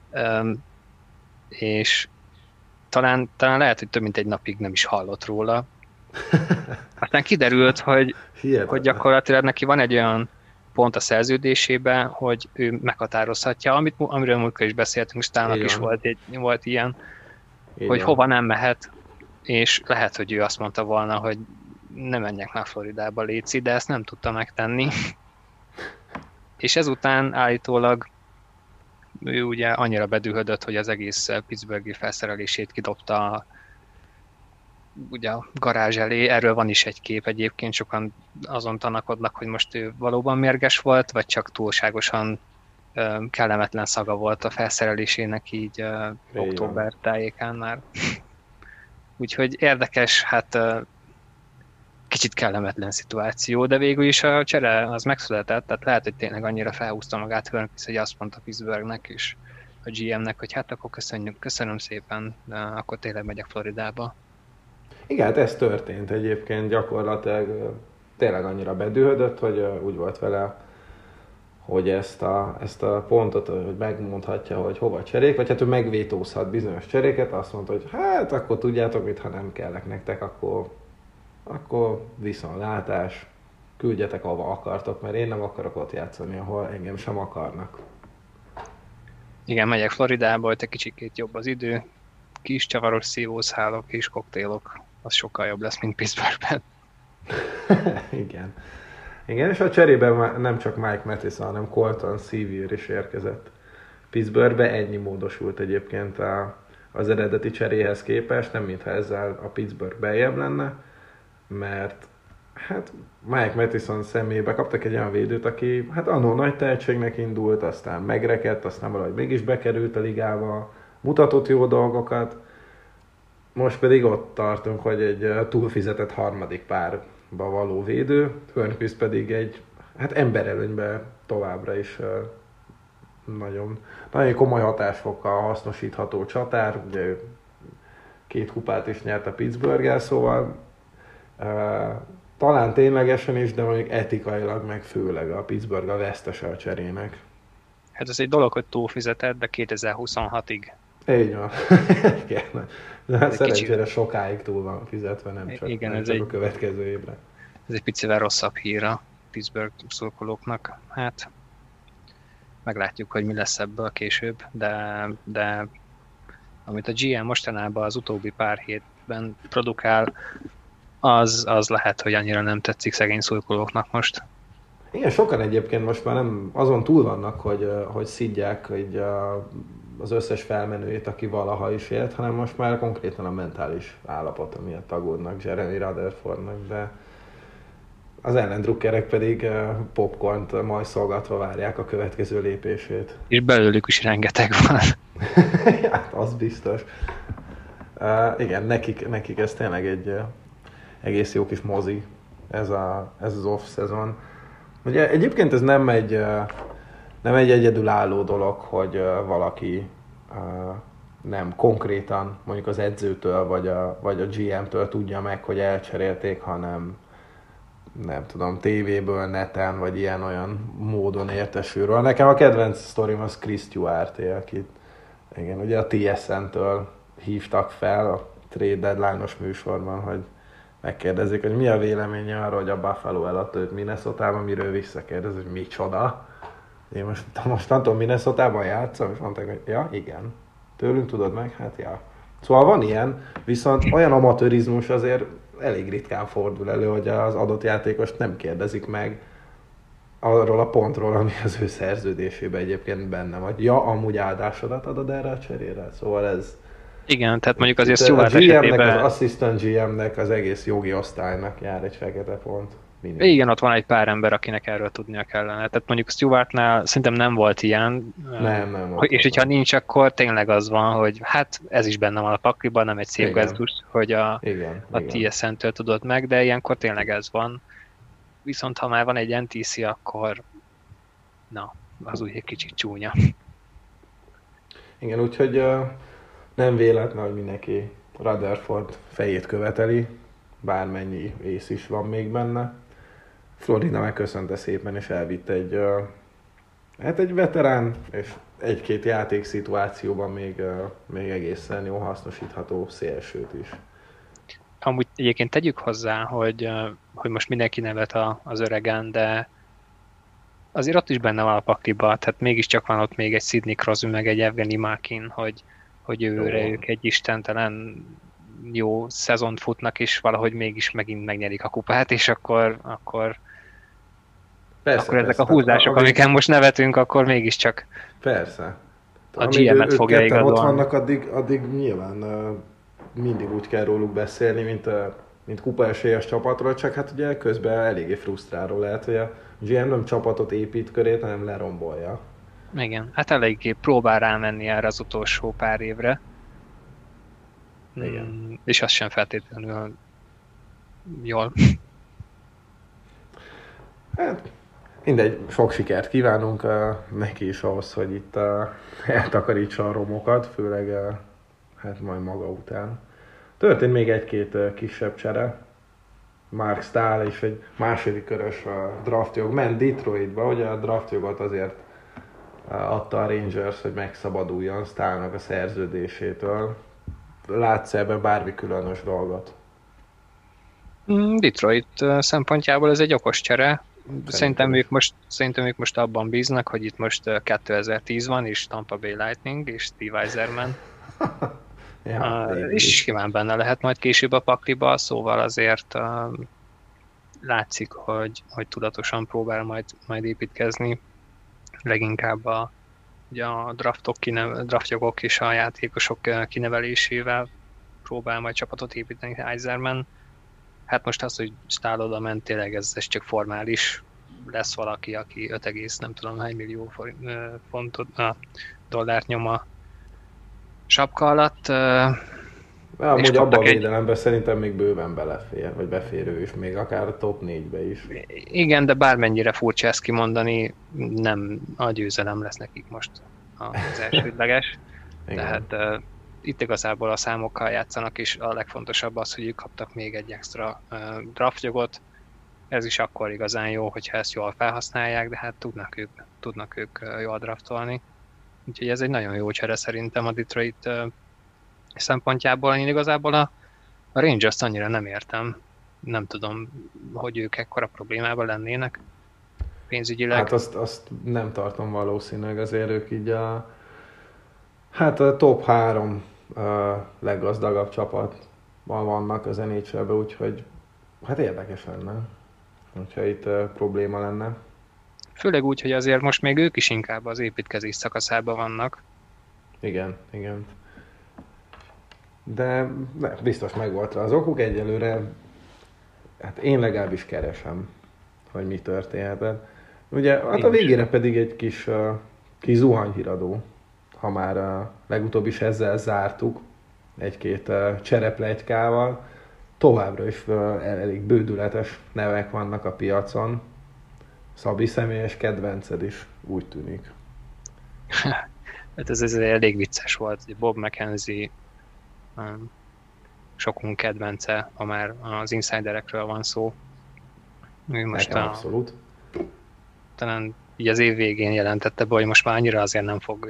és talán lehet, hogy több mint egy napig nem is hallott róla. Aztán kiderült, hogy gyakorlatilag neki van egy olyan pont a szerződésében, hogy ő meghatározhatja, amiről múltkor is beszéltünk, és talán is volt ilyen, hogy hova nem mehet, és lehet, hogy ő azt mondta volna, hogy ne menjek már Floridába, léci, de ezt nem tudta megtenni. És ezután állítólag ő ugye annyira bedühödött, hogy az egész Pittsburghi felszerelését kidobta ugye a garázs elé. Erről van is egy kép egyébként, sokan azon tanakodnak, hogy most ő valóban mérges volt, vagy csak túlságosan kellemetlen szaga volt a felszerelésének így október tájékán már. Úgyhogy érdekes, hát kicsit kellemetlen szituáció, de végül is a csere az megszületett, tehát lehet, hogy tényleg annyira felhúzta magát Hornqvist, hogy azt mondta Pittsburghnek és a GM-nek, hogy hát akkor köszönöm szépen, de akkor tényleg megyek Floridába. Igen, hát ez történt egyébként gyakorlatilag, tényleg annyira bedühödött, hogy úgy volt vele, hogy ezt a pontot, hogy megmondhatja, hogy hova cserék, vagy hát ő megvétózhat bizonyos cseréket, azt mondta, hogy hát akkor tudjátok mit, ha nem kellek nektek, akkor viszontlátás, küldjetek ahova akartok, mert én nem akarok ott játszani, ahol engem sem akarnak. Igen, megyek Floridába, hogy egy kicsikét jobb az idő, kis csavaros szívószálok, kis koktélok, az sokkal jobb lesz, mint Pittsburghben. Igen. Igen, és a cserében nem csak Mike Mattison, hanem Colton Sevier is érkezett Pittsburghbe. Ennyi módosult egyébként az eredeti cseréhez képest, nem mintha ezzel a Pittsburgh beljebb lenne, mert hát Mike Mattison személybe kaptak egy olyan védőt, aki hát annó nagy tehetségnek indult, aztán megrekedt, aztán valahogy mégis bekerült a ligába, mutatott jó dolgokat, most pedig ott tartunk, hogy egy túlfizetett harmadik párba való védő, Hornqvist pedig egy emberelőnyben továbbra is nagyon komoly hatásfokkal hasznosítható csatár, ugye ő 2 kupát is nyert a Pittsburgh-el, szóval talán ténylegesen is, de mondjuk etikailag meg főleg a Pittsburgh a vesztese a cserének. Hát ez egy dolog, hogy túlfizetett, de 2026-ig. Így van. De hát szerencsére sokáig túl van fizetve, nem csak, igen, nem csak a következő évre. Ez egy picivel rosszabb hír a Pittsburgh szurkolóknak. Hát meglátjuk, hogy mi lesz ebből később, de amit a GM mostanában az utóbbi pár hét minőségben produkál, az lehet, hogy annyira nem tetszik szegény szurkolóknak most. Igen, sokan egyébként most már nem azon túl vannak, hogy szidják az összes felmenőjét, aki valaha is élt, hanem most már konkrétan a mentális állapota miatt aggódnak Jeremy Rutherfordnak, de az ellendrukkerek pedig popcornt majszolgatva várják a következő lépését. És belőlük is rengeteg van. Hát, az biztos. Igen, nekik ez tényleg egy egész jó kis mozi, ez az off-szezon. Ugye egyébként ez nem egy egyedülálló dolog, hogy valaki nem konkrétan mondjuk az edzőtől vagy a GM-től tudja meg, hogy elcserélték, hanem nem tudom, tévéből, neten, vagy ilyen-olyan módon értesülről. Nekem a kedvenc sztorim az Chris Stewart-é, akit igen, ugye a TSN-től hívtak fel a trade deadline-os műsorban, hogy megkérdezik, hogy mi a véleménye arról, hogy a Buffalo eladta őt Minnesotában, miről visszakérdez, hogy micsoda. Én mostantól Minnesotában játszom, és mondták, hogy ja, igen. Tőlünk tudod meg? Hát ja. Szóval van ilyen, viszont olyan amatőrizmus azért elég ritkán fordul elő, hogy az adott játékost nem kérdezik meg arról a pontról, ami az ő szerződésében egyébként benne van. Ja, amúgy áldásodat adod erre a cserére. Szóval ez... Igen, tehát mondjuk azért Stewart esetében... Az assistant GM-nek, az egész jogi osztálynak jár egy fekete pont. Minimum. Igen, ott van egy pár ember, akinek erről tudnia kellene. Tehát mondjuk Stewartnál szerintem nem volt ilyen. Nem. És hogyha nincs, akkor tényleg az van, hogy hát ez is benne van a pakliban, nem egy szép gesztus, hogy a TSN-től tudod meg, de ilyenkor tényleg ez van. Viszont ha már van egy NTC, akkor az úgy egy kicsit csúnya. Igen, úgyhogy nem véletlen, hogy mindenki Rutherford fejét követeli, bármennyi ész is van még benne. Florida megköszönte szépen, és elvitte egy veterán, és egy-két játékszituációban még egészen jó hasznosítható szélsőt is. Amúgy egyébként tegyük hozzá, hogy most mindenki nevet az öregen, de azért ott is benne van a pakliba, tehát mégiscsak van ott még egy Sidney Crosby, meg egy Evgeny Malkin, hogy jövőre ők egy istentelen jó szezont futnak, és valahogy mégis megint megnyerik a kupát, és akkor persze, ezek a húzások, amiken most nevetünk, akkor mégiscsak persze. A GM-et fogja igazolni. Ott vannak, addig nyilván mindig úgy kell róluk beszélni, mint kupaesélyes csapatról, csak hát ugye közben eléggé frusztráló lehet, hogy a GM nem csapatot épít körét, hanem lerombolja. Igen, hát eléggé próbál rámenni erre az utolsó pár évre. Igen. És az sem feltétlenül jól. Hát mindegy, sok sikert kívánunk neki is ahhoz, hogy itt eltakarítsa a romokat, főleg hát majd maga után. Történt még egy-két kisebb csere. Mark Stahl és egy második körös draftjog ment Detroitba, ugye a draftjogot azért adta a Rangers, hogy megszabaduljon Stahlnak a szerződésétől. Látsz ebben bármi különös dolgot? Detroit szempontjából ez egy okos csere. Szerintem ők most abban bíznak, hogy itt most 2010 van, és Tampa Bay Lightning, és Steve Yzerman. És simán benne lehet majd később a pakliba, szóval azért látszik, hogy tudatosan próbál majd építkezni. Leginkább ugye a draftjogok és a játékosok kinevelésével próbál majd csapatot építeni Yzerman. Hát most az, hogy Stahl oda ment, tényleg ez csak formális. Lesz valaki, aki 5, nem tudom hány millió dollárt nyom a sapka alatt. Amúgy abban a védelemben szerintem még bőven belefér, vagy befér ő is, még akár a top 4-be is. Igen, de bármennyire furcsa ezt kimondani, nem a győzelem lesz nekik most az elsődleges. Tehát itt igazából a számokkal játszanak, és a legfontosabb az, hogy ők kaptak még egy extra draftjogot. Ez is akkor igazán jó, hogyha ezt jól felhasználják, de hát tudnak ők jól draftolni. Úgyhogy ez egy nagyon jó csere szerintem a Detroit szempontjából. Én igazából a Rangers-t annyira nem értem. Nem tudom, hogy ők ekkora problémában lennének pénzügyileg. Hát azt nem tartom valószínűleg, azért ők így a top 3 leggazdagabb csapat vannak az NHL-ben, úgyhogy hát érdekes lenne, hogyha itt probléma lenne. Főleg úgy, hogy azért most még ők is inkább az építkezés szakaszában vannak. Igen. De biztos megvolt rá az okuk egyelőre. Hát én legalábbis keresem, hogy mi történhetett. Ugye, hát a végére pedig egy kis zuhanyhíradó, ha már legutóbb is ezzel zártuk, egy-két cserepletykával. Továbbra is elég bődületes nevek vannak a piacon. Szabi személyes kedvenced is, úgy tűnik. Hát ez elég vicces volt, hogy Bob McKenzie sokunk kedvence, ha már az insiderekről van szó. Ő most abszolút. Talán így az év végén jelentette be, hogy most már annyira azért nem fog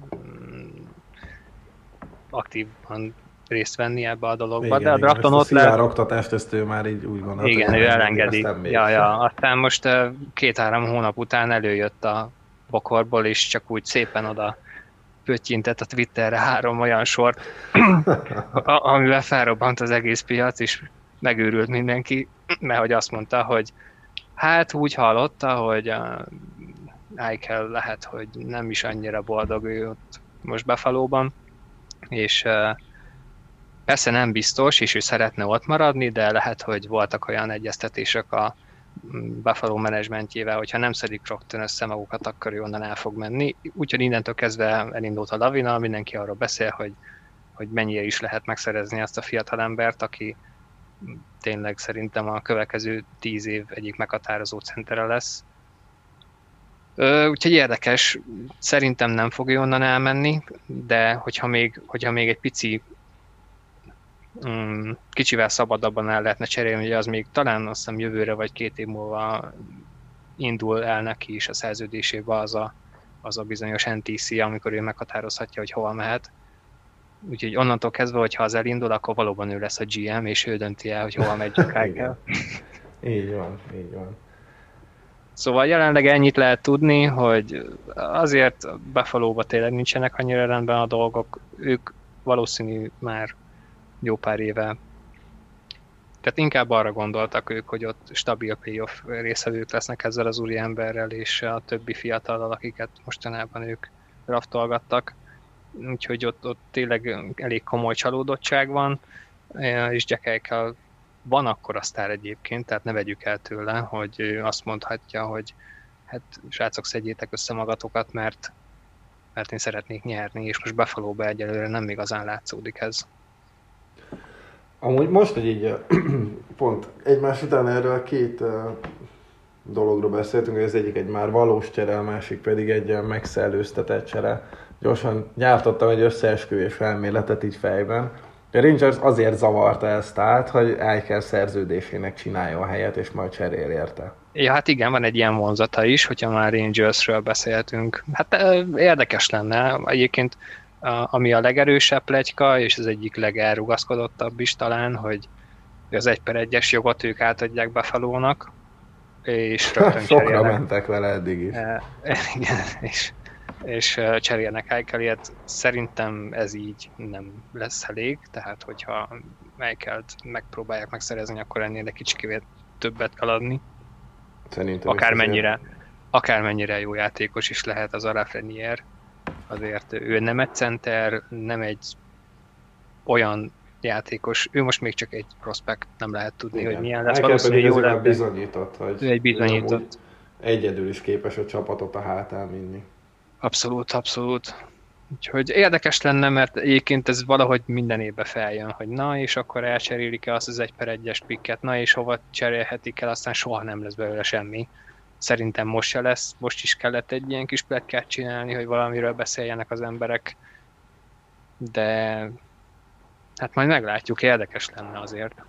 aktívan részt venni ebbe a dologba, igen, de a drafton ott lesz. A szivároktatást ezt ő már így úgy gondolta. Igen, ő elengedi. Aztán most 2-3 hónap után előjött a bokorból, és csak úgy szépen oda pöttyintett a Twitterre 3 olyan sort, amivel felrobbant az egész piac, és megőrült mindenki, mert hogy azt mondta, hogy hát úgy hallotta, hogy Eichel lehet, hogy nem is annyira boldog ő ott most Buffalóban, és persze nem biztos, és ő szeretne ott maradni, de lehet, hogy voltak olyan egyeztetések a Buffalo menedzsmentjével, hogyha nem szedik rögtön össze magukat, akkor ő onnan el fog menni. Úgyhogy innentől kezdve elindult a lavina, mindenki arról beszél, hogy mennyire is lehet megszerezni azt a fiatalembert, aki tényleg szerintem a következő 10 év egyik meghatározó centere lesz. Úgyhogy érdekes, szerintem nem fog onnan elmenni, de hogyha még egy kicsivel szabadabban el lehetne cserélni, ugye az még talán azt hiszem jövőre vagy 2 év múlva indul el neki is a szerződésébe az a bizonyos NTC, amikor ő meghatározhatja, hogy hova mehet. Úgyhogy onnantól kezdve, hogyha az elindul, akkor valóban ő lesz a GM, és ő dönti el, hogy hova megyünk el. Így van. Szóval jelenleg ennyit lehet tudni, hogy azért Buffalóba tényleg nincsenek annyira rendben a dolgok. Ők valószínű már jó pár éve. Tehát inkább arra gondoltak ők, hogy ott stabil playoff részvevők lesznek ezzel az úriemberrel és a többi fiatallal, akiket mostanában ők draftolgattak. Úgyhogy ott tényleg elég komoly csalódottság van, és Jack Eichel van akkor a sztár egyébként, tehát ne vegyük el tőle, hogy ő azt mondhatja, hogy hát srácok, szedjétek össze magatokat, mert én szeretnék nyerni, és most Buffalóba egyelőre nem igazán látszódik ez. Amúgy most, hogy így pont egymás után erről 2 dologról beszéltünk, hogy az egyik egy már valós csere, a másik pedig egy megszellőztetett csere. Gyorsan gyártottam egy összeesküvés elméletet így fejben. A Rangers azért zavarta ezt át, hogy Eichel szerződésének csináljon helyet, és majd cserél érte. Ja, hát igen, van egy ilyen vonzata is, hogyha már Rangersről beszéltünk. Hát érdekes lenne. Egyébként ami a legerősebb pletyka, és az egyik legelrugaszkodottabb is talán, hogy az 1/1-es jogot ők átadják Buffalónak, és rögtön Sokra mentek vele eddig is. Igen, és cserélnek Eicheliet. Szerintem ez így nem lesz elég, tehát hogyha Eichelt megpróbálják megszerezni, akkor ennél egy kicsit többet kell adni. Szerintem akármennyire jó játékos is lehet az Lafreniere, azért ő nem egy center, nem egy olyan játékos, ő most még csak egy prospect, nem lehet tudni, igen, hogy milyen lesz. Valószínűleg jó lesz. Bizonyított, hogy ő egy bizonyított. Egyedül is képes a csapatot a hátán vinni. Abszolút. Úgyhogy érdekes lenne, mert egyébként ez valahogy minden évben feljön, hogy na, és akkor elcserélik-e azt az 1/1-es pikket, na, és hova cserélhetik el, aztán soha nem lesz belőle semmi. Szerintem most se lesz, most is kellett egy ilyen kis pletykát csinálni, hogy valamiről beszéljenek az emberek, de hát majd meglátjuk, érdekes lenne azért.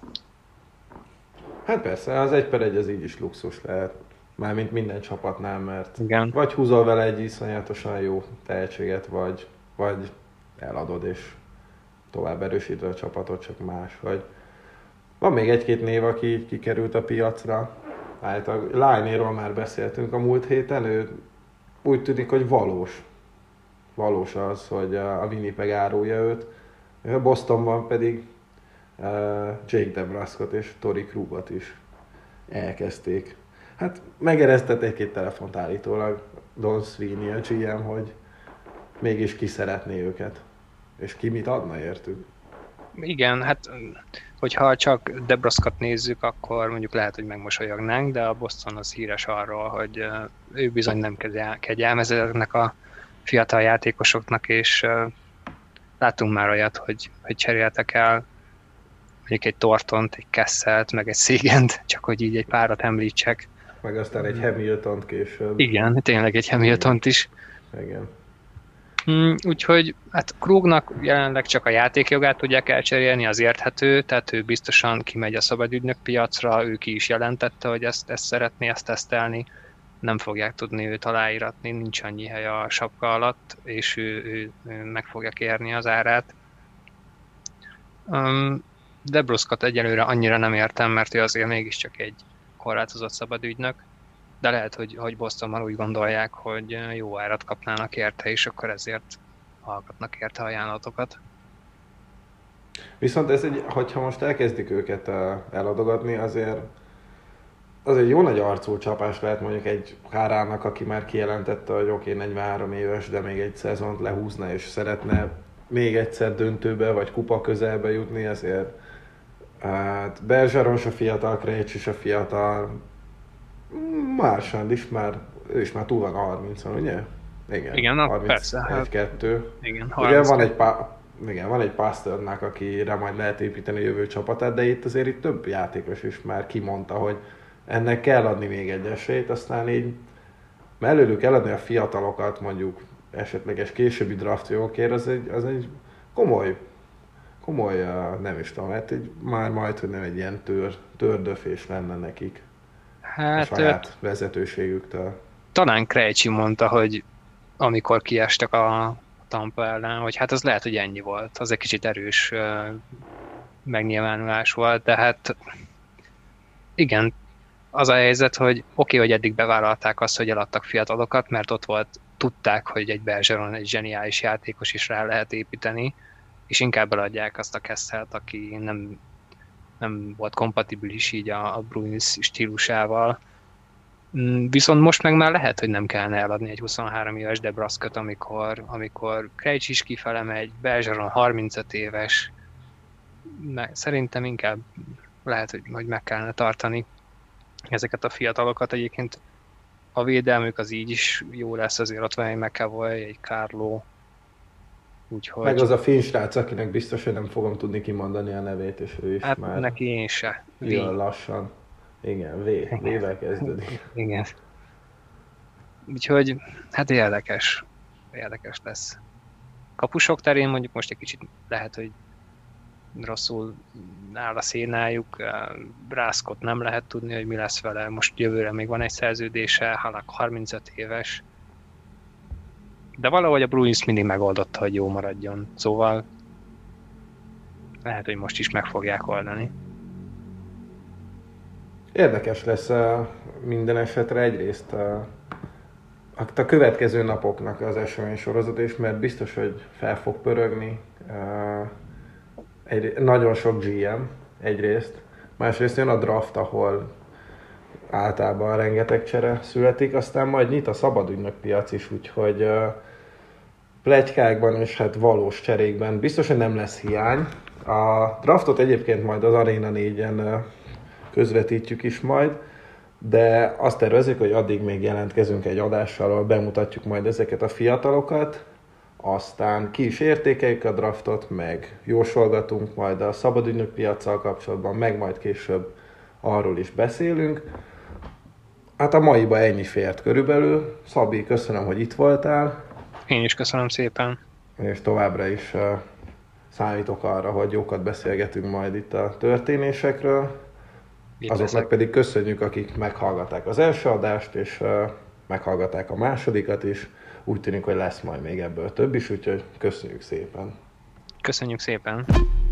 Hát persze, az 1/1 az így is luxus lehet, mármint minden csapatnál, mert igen. Vagy húzol vele egy iszonyatosan jó tehetséget, vagy eladod és tovább erősíted a csapatot, csak más. Vagy van még 1-2 név, aki így kikerült a piacra. Hát a Lainéról már beszéltünk a múlt héten, ő úgy tűnik, hogy valós. Valós az, hogy a Winnipeg árulja őt. A Bostonban pedig Jake DeBruskot és Torrey Krugot is elkezdték. Hát megeresztett egy-két telefont állítólag Don Sweeney, a GM, hogy mégis ki szeretné őket. És ki mit adna értük. Igen, hát hogyha csak DeBruskot nézzük, akkor mondjuk lehet, hogy megmosolyognánk, de a Boston az híres arról, hogy ő bizony nem kegyelmez ezeknek a fiatal játékosoknak, és látunk már olyat, hogy cseréltek el mondjuk egy Tortont, egy Kesselt, meg egy Segent, csak hogy így egy párat említsek. Meg aztán egy Hamiltont később. Igen, tényleg egy Hamiltont is. Igen. Úgyhogy hát Krugnak jelenleg csak a játékjogát tudják elcserélni, az érthető, tehát ő biztosan kimegy a szabadügynök piacra, ő ki is jelentette, hogy ezt szeretné, ezt tesztelni, nem fogják tudni őt aláíratni, nincs annyi hely a sapka alatt, és ő meg fogja kérni az árát. DeBruskot egyelőre annyira nem értem, mert ő azért mégiscsak egy korlátozott szabadügynök, de lehet, hogy Bostonban úgy gondolják, hogy jó árat kapnának érte, és akkor ezért hallgatnak érte ajánlatokat. Viszont hogyha most elkezdik őket eladogatni, azért az egy jó nagy arcú csapás lehet mondjuk egy Kárának, aki már kijelentette, hogy oké, 43 éves, de még egy szezont lehúzna, és szeretne még egyszer döntőbe, vagy kupa közelbe jutni, ezért hát Bergeron se fiatal, Krejci se fiatal, Marchand is ő is már túl van 30-on, ugye? Igen, 31, persze. 2. Igen, ugye van egy Pasternak, akire majd lehet építeni a jövő csapatát, de itt több játékos is már kimondta, hogy ennek kell adni még egy esélyt, aztán így mellőlük eladni a fiatalokat, mondjuk esetleges későbbi draftjogokért, az egy komoly, nem is tudom, hát már majd, hogy nem egy ilyen tördöfés lenne nekik a saját vezetőségüktől. Talán Krejci mondta, hogy amikor kiestek a Tampa ellen, hogy hát az lehet, hogy ennyi volt. Az egy kicsit erős megnyilvánulás volt, de hát igen, az a helyzet, hogy oké, hogy eddig bevállalták azt, hogy eladtak fiatalokat, mert ott volt, tudták, hogy egy Bergeron egy zseniális játékos is rá lehet építeni, és inkább eladják azt a Kesselt, aki nem volt kompatibilis így a Bruins stílusával. Viszont most meg már lehet, hogy nem kellene eladni egy 23 éves DeBruskot, amikor Krejci is kifele megy, Bergeron 35 éves. Szerintem inkább lehet, hogy meg kellene tartani ezeket a fiatalokat. Egyébként a védelmük az így is jó lesz, azért ott van egy McAvoy, egy Carlo. Úgyhogy... Meg az a finn srác, akinek biztos, hogy nem fogom tudni kimondani a nevét, és ő is hát már... neki én se. Ilyen lassan. Igen, V-vel kezdődik. Igen. Úgyhogy, hát érdekes lesz. Kapusok terén mondjuk most egy kicsit lehet, hogy rosszul áll a szénájuk. Brászkot nem lehet tudni, hogy mi lesz vele. Most jövőre még van egy szerződése, Halak 35 éves. De valahogy a Bruins mindig megoldotta, hogy jó maradjon. Szóval lehet, hogy most is meg fogják oldani. Érdekes lesz minden esetre egyrészt a következő napoknak az esemény sorozat is, mert biztos, hogy fel fog pörögni nagyon sok GM egyrészt, másrészt jön a draft, ahol általában rengeteg csere születik, aztán majd nyit a szabadügynök piac is, úgyhogy pletykákban és hát valós cserékben biztos, hogy nem lesz hiány. A draftot egyébként majd az Arena 4-en közvetítjük is majd, de azt tervezik, hogy addig még jelentkezünk egy adással, ahol bemutatjuk majd ezeket a fiatalokat, aztán ki is értékeljük a draftot, meg jósolgatunk majd a szabadügynök piaccal kapcsolatban, meg majd később arról is beszélünk. Hát a maiba ennyi fért körülbelül. Szabi, köszönöm, hogy itt voltál. Én is köszönöm szépen. És továbbra is számítok arra, hogy jókat beszélgetünk majd itt a történésekről. Azoknak pedig köszönjük, akik meghallgatták az első adást, és meghallgatták a másodikat is. Úgy tűnik, hogy lesz majd még ebből több is, úgyhogy köszönjük szépen. Köszönjük szépen.